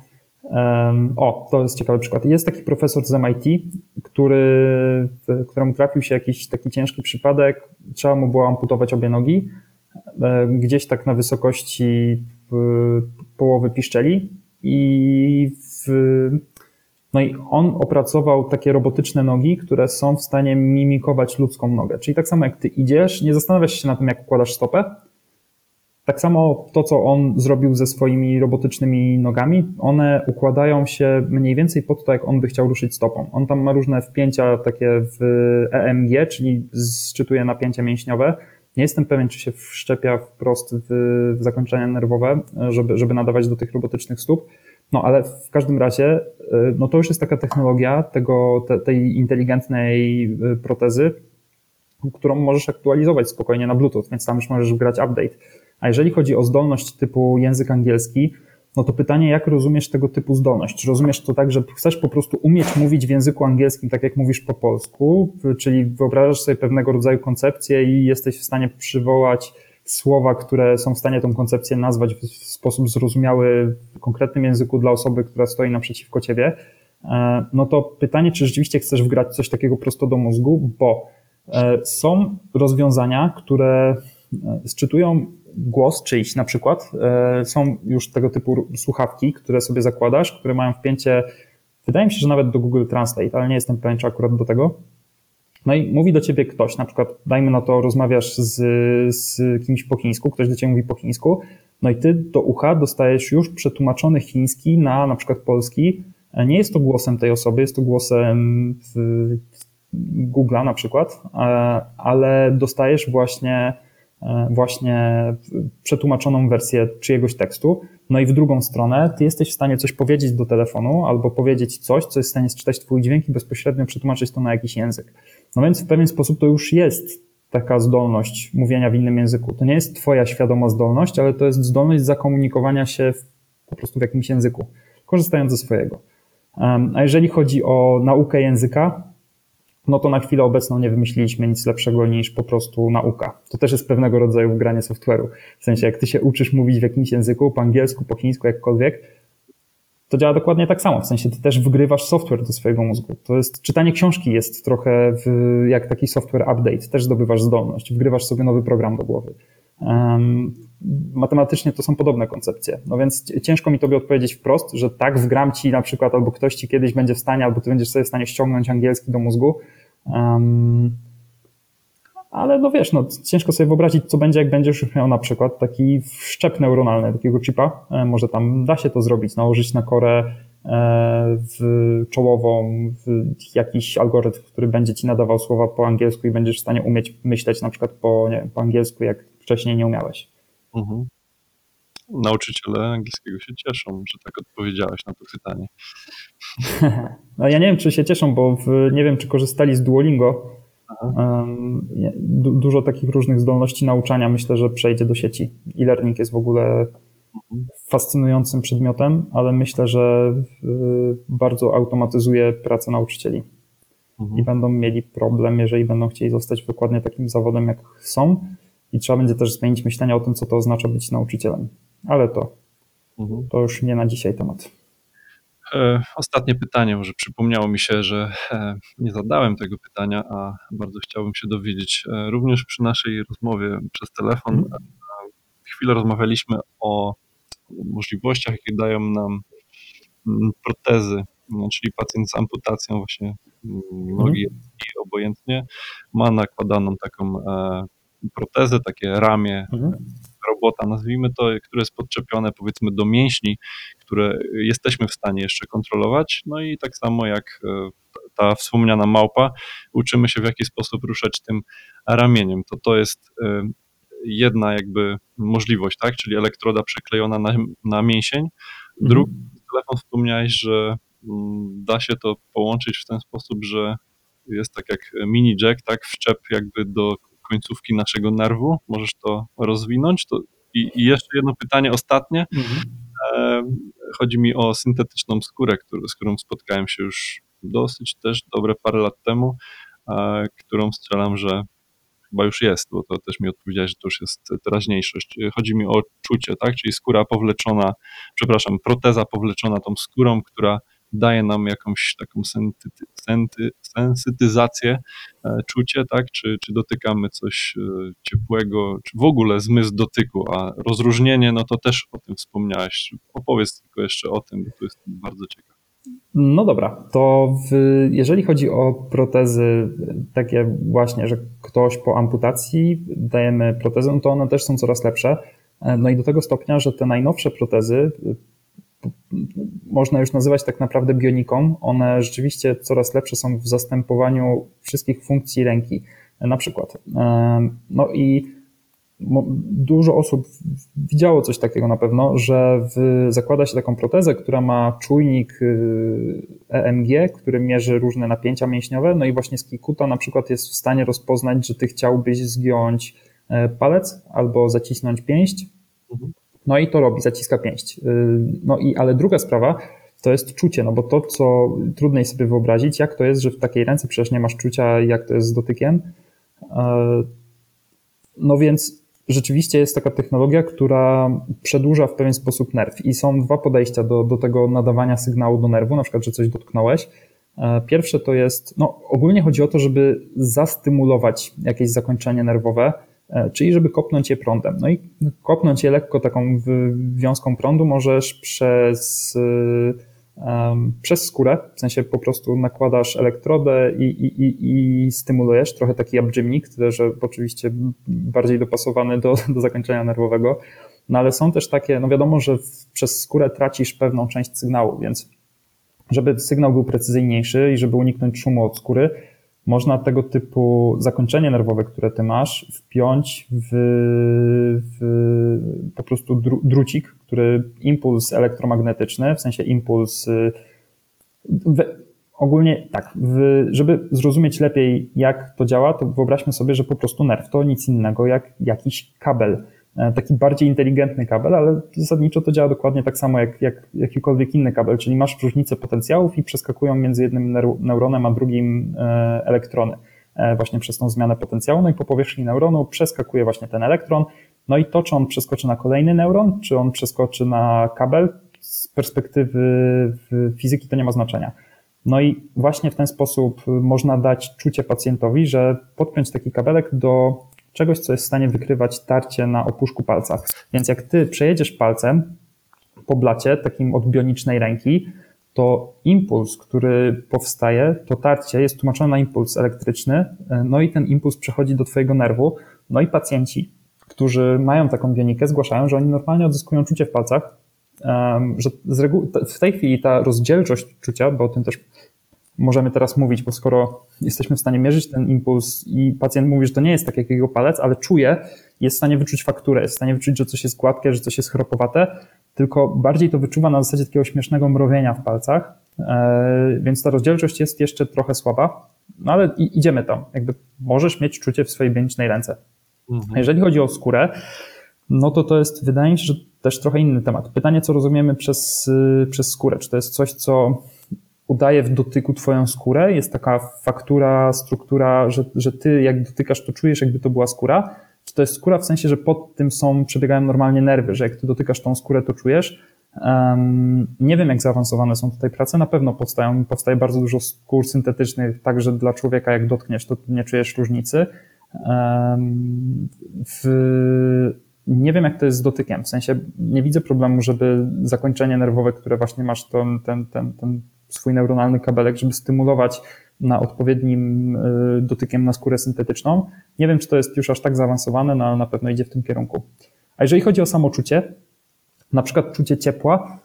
o, to jest ciekawy przykład. Jest taki profesor z M I T, który, któremu trafił się jakiś taki ciężki przypadek, trzeba mu było amputować obie nogi, gdzieś tak na wysokości połowy piszczeli i w, no i on opracował takie robotyczne nogi, które są w stanie mimikować ludzką nogę. Czyli tak samo jak ty idziesz, nie zastanawiasz się na tym, jak układasz stopę, tak samo to, co on zrobił ze swoimi robotycznymi nogami, one układają się mniej więcej pod to, jak on by chciał ruszyć stopą. On tam ma różne wpięcia takie w E M G, czyli szczytuje napięcia mięśniowe. Nie jestem pewien, czy się wszczepia wprost w, w zakończenia nerwowe, żeby, żeby nadawać do tych robotycznych stóp. No ale w każdym razie, no to już jest taka technologia tego, te, tej inteligentnej protezy, którą możesz aktualizować spokojnie na Bluetooth, więc tam już możesz wgrać update. A jeżeli chodzi o zdolność typu język angielski, no to pytanie, jak rozumiesz tego typu zdolność? Czy rozumiesz to tak, że chcesz po prostu umieć mówić w języku angielskim tak, jak mówisz po polsku, czyli wyobrażasz sobie pewnego rodzaju koncepcję i jesteś w stanie przywołać słowa, które są w stanie tą koncepcję nazwać w sposób zrozumiały w konkretnym języku dla osoby, która stoi naprzeciwko ciebie, no to pytanie, czy rzeczywiście chcesz wgrać coś takiego prosto do mózgu, bo są rozwiązania, które sczytują głos czyjś na przykład. Są już tego typu słuchawki, które sobie zakładasz, które mają wpięcie, wydaje mi się, że nawet do Google Translate, ale nie jestem pewien, czy akurat do tego. No i mówi do ciebie ktoś, na przykład dajmy na to, rozmawiasz z, z kimś po chińsku, ktoś do ciebie mówi po chińsku, no i ty do ucha dostajesz już przetłumaczony chiński na na przykład polski. Nie jest to głosem tej osoby, jest to głosem Google'a na przykład, ale dostajesz właśnie, właśnie przetłumaczoną wersję czyjegoś tekstu. No i w drugą stronę ty jesteś w stanie coś powiedzieć do telefonu albo powiedzieć coś, co jest w stanie sczytać twój dźwięk i bezpośrednio przetłumaczyć to na jakiś język. No więc w pewien sposób to już jest taka zdolność mówienia w innym języku. To nie jest twoja świadoma zdolność, ale to jest zdolność zakomunikowania się w, po prostu w jakimś języku, korzystając ze swojego. A jeżeli chodzi o naukę języka, no to na chwilę obecną nie wymyśliliśmy nic lepszego niż po prostu nauka. To też jest pewnego rodzaju wgranie software'u. W sensie, jak ty się uczysz mówić w jakimś języku, po angielsku, po chińsku, jakkolwiek, to działa dokładnie tak samo. W sensie, ty też wgrywasz software do swojego mózgu. To jest, czytanie książki jest trochę w, jak taki software update. Też zdobywasz zdolność. Wgrywasz sobie nowy program do głowy. Um, matematycznie to są podobne koncepcje. No więc ciężko mi tobie odpowiedzieć wprost, że tak, wgram ci na przykład, albo ktoś ci kiedyś będzie w stanie, albo ty będziesz sobie w stanie ściągnąć angielski do mózgu. Um, ale no wiesz, no ciężko sobie wyobrazić, co będzie, jak będziesz już miał na przykład taki wszczep neuronalny, takiego chipa. E, może tam da się to zrobić, nałożyć na korę e, w czołową w jakiś algorytm, który będzie ci nadawał słowa po angielsku i będziesz w stanie umieć myśleć na przykład po, nie wiem, po angielsku, jak wcześniej nie umiałeś. Mhm. Nauczyciele angielskiego się cieszą, że tak odpowiedziałeś na to pytanie. No ja nie wiem, czy się cieszą, bo w, nie wiem, czy korzystali z Duolingo. Um, du, dużo takich różnych zdolności nauczania myślę, że przejdzie do sieci. E-learning jest w ogóle mhm. fascynującym przedmiotem, ale myślę, że y, bardzo automatyzuje pracę nauczycieli. Mhm. I będą mieli problem, jeżeli będą chcieli zostać dokładnie takim zawodem, jak są. I trzeba będzie też zmienić myślenie o tym, co to oznacza być nauczycielem. Ale to, mhm. to już nie na dzisiaj temat. Ostatnie pytanie, może przypomniało mi się, że nie zadałem tego pytania, a bardzo chciałbym się dowiedzieć. Również przy naszej rozmowie przez telefon mm. chwilę rozmawialiśmy o możliwościach, jakie dają nam protezy, czyli pacjent z amputacją właśnie nogi mm. i obojętnie ma nakładaną taką protezę, takie ramię mm. robota, nazwijmy to, które jest podczepione powiedzmy do mięśni, które jesteśmy w stanie jeszcze kontrolować. No i tak samo jak ta wspomniana małpa, uczymy się w jaki sposób ruszać tym ramieniem. To to jest jedna jakby możliwość, tak? Czyli elektroda przyklejona na, na mięsień. Drugi mhm. telefon wspomniałeś, że da się to połączyć w ten sposób, że jest tak jak mini jack, tak? Wszczep jakby do końcówki naszego nerwu. Możesz to rozwinąć? To i, i jeszcze jedno pytanie, ostatnie. Mhm. E, chodzi mi o syntetyczną skórę, który, z którą spotkałem się już dosyć też dobre parę lat temu, e, którą strzelam, że chyba już jest, bo to też mi odpowiedziałeś, że to już jest teraźniejszość. Chodzi mi o czucie, tak? Czyli skóra powleczona, przepraszam, proteza powleczona tą skórą, która daje nam jakąś taką senty, senty, sensytyzację, e, czucie, tak? Czy, czy dotykamy coś e, ciepłego, czy w ogóle zmysł dotyku, a rozróżnienie, no to też o tym wspomniałeś. Opowiedz tylko jeszcze o tym, bo to jest bardzo ciekawe. No dobra, to w, jeżeli chodzi o protezy takie właśnie, że ktoś po amputacji dajemy protezę, no to one też są coraz lepsze. No i do tego stopnia, że te najnowsze protezy można już nazywać tak naprawdę bioniką. One rzeczywiście coraz lepsze są w zastępowaniu wszystkich funkcji ręki, na przykład. No i Dużo osób widziało coś takiego na pewno, że w, zakłada się taką protezę, która ma czujnik E M G, który mierzy różne napięcia mięśniowe, no i właśnie z Kikuta na przykład jest w stanie rozpoznać, że ty chciałbyś zgiąć palec albo zacisnąć pięść, no i to robi, zaciska pięść. No i ale druga sprawa to jest czucie, no bo to, co trudniej sobie wyobrazić, jak to jest, że w takiej ręce przecież nie masz czucia, jak to jest z dotykiem. No więc rzeczywiście jest taka technologia, która przedłuża w pewien sposób nerw i są dwa podejścia do, do tego nadawania sygnału do nerwu, na przykład, że coś dotknąłeś. Pierwsze to jest, no ogólnie chodzi o to, żeby zastymulować jakieś zakończenie nerwowe, czyli żeby kopnąć je prądem. No i kopnąć je lekko taką wiązką prądu możesz przez, um, przez skórę, w sensie po prostu nakładasz elektrodę i, i, i, i stymulujesz, trochę taki abgymnik, tyle że oczywiście bardziej dopasowany do, do zakończenia nerwowego, no ale są też takie, no wiadomo, że w, przez skórę tracisz pewną część sygnału, więc żeby sygnał był precyzyjniejszy i żeby uniknąć szumu od skóry, można tego typu zakończenie nerwowe, które ty masz, wpiąć w, w po prostu dru, drucik, który impuls elektromagnetyczny, w sensie impuls w, ogólnie tak, w, żeby zrozumieć lepiej, jak to działa, to wyobraźmy sobie, że po prostu nerw to nic innego jak jakiś kabel. Taki bardziej inteligentny kabel, ale zasadniczo to działa dokładnie tak samo jak, jak jakikolwiek inny kabel, czyli masz różnicę potencjałów i przeskakują między jednym neuronem a drugim elektrony właśnie przez tą zmianę potencjału, no i po powierzchni neuronu przeskakuje właśnie ten elektron, no i to, czy on przeskoczy na kolejny neuron, czy on przeskoczy na kabel, z perspektywy fizyki to nie ma znaczenia. No i właśnie w ten sposób można dać czucie pacjentowi, że podpiąć taki kabelek do czegoś, co jest w stanie wykrywać tarcie na opuszku palca. Więc jak ty przejedziesz palcem po blacie, takim od bionicznej ręki, to impuls, który powstaje, to tarcie jest tłumaczone na impuls elektryczny, no i ten impuls przechodzi do twojego nerwu, no i pacjenci, którzy mają taką bionikę, zgłaszają, że oni normalnie odzyskują czucie w palcach, że z reguły, w tej chwili ta rozdzielczość czucia, bo o tym też możemy teraz mówić, bo skoro jesteśmy w stanie mierzyć ten impuls i pacjent mówi, że to nie jest tak jak jego palec, ale czuje, jest w stanie wyczuć fakturę, jest w stanie wyczuć, że coś jest gładkie, że coś jest chropowate, tylko bardziej to wyczuwa na zasadzie takiego śmiesznego mrowienia w palcach, więc ta rozdzielczość jest jeszcze trochę słaba, no ale idziemy tam, jakby możesz mieć czucie w swojej bionicznej ręce. Mhm. A jeżeli chodzi o skórę, no to to jest, wydaje mi się, że też trochę inny temat. Pytanie, co rozumiemy przez, przez skórę, czy to jest coś, co udaje w dotyku twoją skórę, jest taka faktura, struktura, że, że ty jak dotykasz, to czujesz, jakby to była skóra, czy to jest skóra w sensie, że pod tym są, przebiegają normalnie nerwy, że jak ty dotykasz tą skórę, to czujesz. Um, nie wiem, jak zaawansowane są tutaj prace, na pewno powstają, powstaje bardzo dużo skór syntetycznych, także dla człowieka jak dotkniesz, to nie czujesz różnicy. Um, w, nie wiem, jak to jest z dotykiem, w sensie nie widzę problemu, żeby zakończenie nerwowe, które właśnie masz ten, ten, ten, ten swój neuronalny kabelek, żeby stymulować na odpowiednim dotykiem na skórę syntetyczną. Nie wiem, czy to jest już aż tak zaawansowane, no ale na pewno idzie w tym kierunku. A jeżeli chodzi o samoczucie, na przykład czucie ciepła,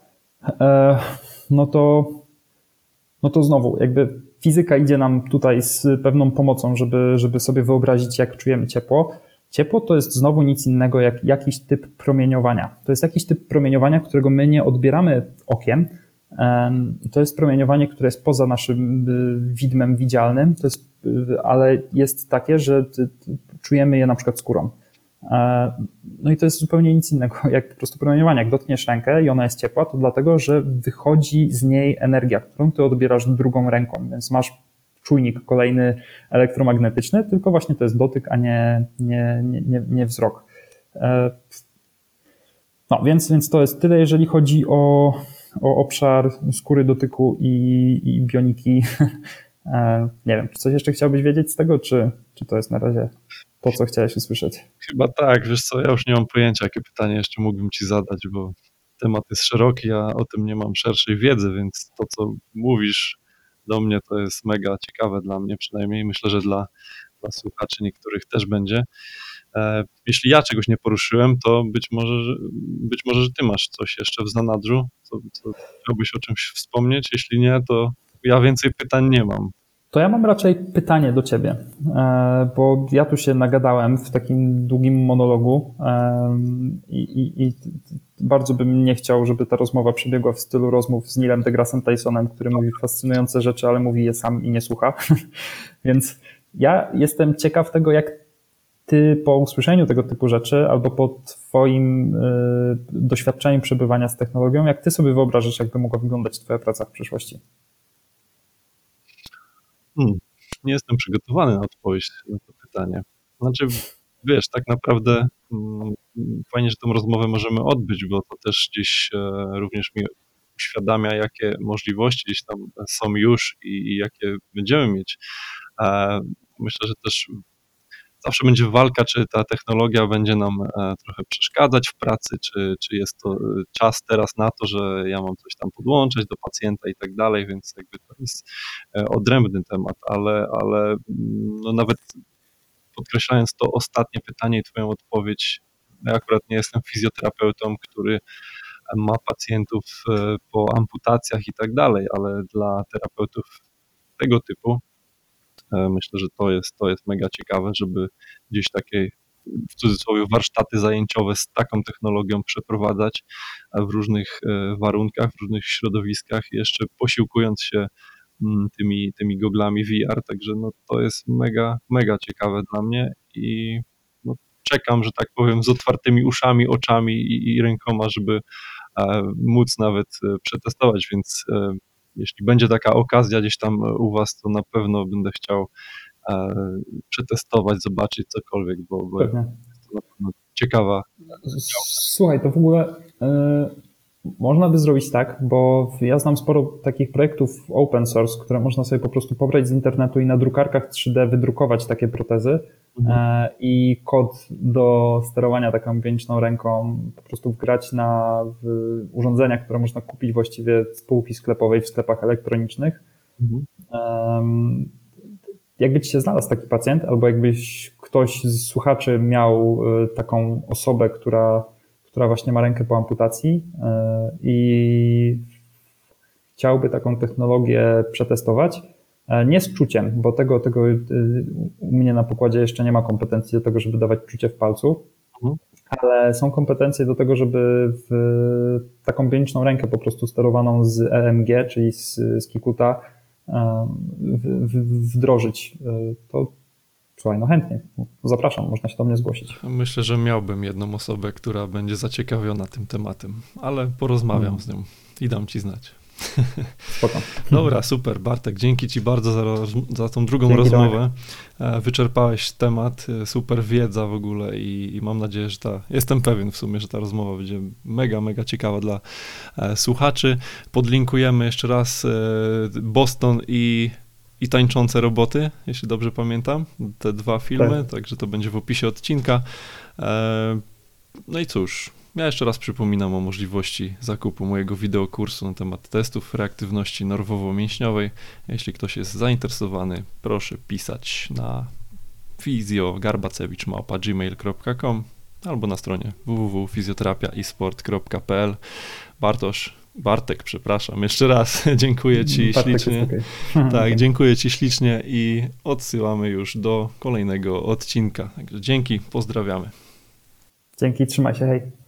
no to, no to znowu jakby fizyka idzie nam tutaj z pewną pomocą, żeby, żeby sobie wyobrazić, jak czujemy ciepło. Ciepło to jest znowu nic innego jak jakiś typ promieniowania. To jest jakiś typ promieniowania, którego my nie odbieramy okiem. To jest promieniowanie, które jest poza naszym widmem widzialnym, to jest, ale jest takie, że czujemy je na przykład skórą. No i to jest zupełnie nic innego jak po prostu promieniowanie. Jak dotkniesz rękę i ona jest ciepła, to dlatego, że wychodzi z niej energia, którą ty odbierasz drugą ręką, więc masz czujnik kolejny elektromagnetyczny, tylko właśnie to jest dotyk, a nie, nie, nie, nie wzrok. No więc, więc to jest tyle, jeżeli chodzi o, o obszar skóry, dotyku i, i bioniki. Nie wiem, czy coś jeszcze chciałbyś wiedzieć z tego, czy, czy to jest na razie to, co chciałeś usłyszeć? Chyba tak, wiesz co, ja już nie mam pojęcia, jakie pytanie jeszcze mógłbym ci zadać, bo temat jest szeroki, a o tym nie mam szerszej wiedzy, więc to, co mówisz do mnie, to jest mega ciekawe dla mnie przynajmniej. Myślę, że dla, dla słuchaczy niektórych też będzie. Jeśli ja czegoś nie poruszyłem, to być może, być może, że ty masz coś jeszcze w zanadrzu, co, co chciałbyś o czymś wspomnieć. Jeśli nie, to ja więcej pytań nie mam. To ja mam raczej pytanie do ciebie, bo ja tu się nagadałem w takim długim monologu i, i, i bardzo bym nie chciał, żeby ta rozmowa przebiegła w stylu rozmów z Neilem deGrasse Tysonem, który mówi fascynujące rzeczy, ale mówi je sam i nie słucha. Więc ja jestem ciekaw tego, jak ty po usłyszeniu tego typu rzeczy albo po twoim doświadczeniu przebywania z technologią, jak ty sobie wyobrażasz, jakby mogła wyglądać twoja praca w przyszłości? Hmm, nie jestem przygotowany na odpowiedź na to pytanie. Znaczy, wiesz, tak naprawdę mm, fajnie, że tę rozmowę możemy odbyć, bo to też gdzieś e, również mi uświadamia, jakie możliwości gdzieś tam są już i, i jakie będziemy mieć. E, myślę, że też zawsze będzie walka, czy ta technologia będzie nam e, trochę przeszkadzać w pracy, czy, czy jest to czas teraz na to, że ja mam coś tam podłączać do pacjenta i tak dalej, więc jakby to jest e, odrębny temat, ale, ale mm, no nawet podkreślając to ostatnie pytanie i twoją odpowiedź, ja akurat nie jestem fizjoterapeutą, który ma pacjentów e, po amputacjach i tak dalej, ale dla terapeutów tego typu e, myślę, że to jest, to jest mega ciekawe, żeby gdzieś takie w cudzysłowie warsztaty zajęciowe z taką technologią przeprowadzać w różnych e, warunkach, w różnych środowiskach, jeszcze posiłkując się mm, tymi, tymi goglami V R, także no to jest mega, mega ciekawe dla mnie i no, czekam, że tak powiem, z otwartymi uszami, oczami i, i rękoma, żeby e, móc nawet e, przetestować, więc e, jeśli będzie taka okazja gdzieś tam u was, to na pewno będę chciał e, przetestować, zobaczyć cokolwiek, bo, bo jest to na pewno ciekawa. Słuchaj, to w ogóle y, można by zrobić tak, bo ja znam sporo takich projektów open source, które można sobie po prostu pobrać z internetu i na drukarkach trzy D wydrukować takie protezy mhm. y, i kod do sterowania taką miękką ręką po prostu wgrać na urządzenia, które można kupić właściwie z półki sklepowej w sklepach elektronicznych. Mhm. Y, Jakby ci się znalazł taki pacjent, albo jakbyś ktoś z słuchaczy miał taką osobę, która, która właśnie ma rękę po amputacji i chciałby taką technologię przetestować, nie z czuciem, bo tego, tego u mnie na pokładzie jeszcze nie ma kompetencji do tego, żeby dawać czucie w palcu, mhm. ale są kompetencje do tego, żeby w taką bioniczną rękę po prostu sterowaną z E M G, czyli z, z Kikuta, wdrożyć, to słuchaj, no chętnie, zapraszam, można się do mnie zgłosić. Myślę, że miałbym jedną osobę, która będzie zaciekawiona tym tematem, ale porozmawiam hmm. z nią i dam ci znać. Spoko. Dobra, super. Bartek, dzięki ci bardzo za, za tą drugą dzięki rozmowę. Domek. Wyczerpałeś temat, super wiedza w ogóle i, i mam nadzieję, że ta, jestem pewien w sumie, że ta rozmowa będzie mega, mega ciekawa dla e, słuchaczy. Podlinkujemy jeszcze raz e, Boston i, i Tańczące roboty, jeśli dobrze pamiętam, te dwa filmy, tak. Także to będzie w opisie odcinka. E, no i cóż, ja jeszcze raz przypominam o możliwości zakupu mojego wideokursu na temat testów reaktywności nerwowo-mięśniowej. Jeśli ktoś jest zainteresowany, proszę pisać na fizjo garbacewicz małpa gmail kropka com albo na stronie w w w kropka fizjoterapia i sport kropka p l. Bartosz, Bartek, przepraszam, jeszcze raz dziękuję ci Bartek ślicznie. Okay. Tak, dziękuję ci ślicznie i odsyłamy już do kolejnego odcinka. Także dzięki, pozdrawiamy. Dzięki, trzymaj się, hej.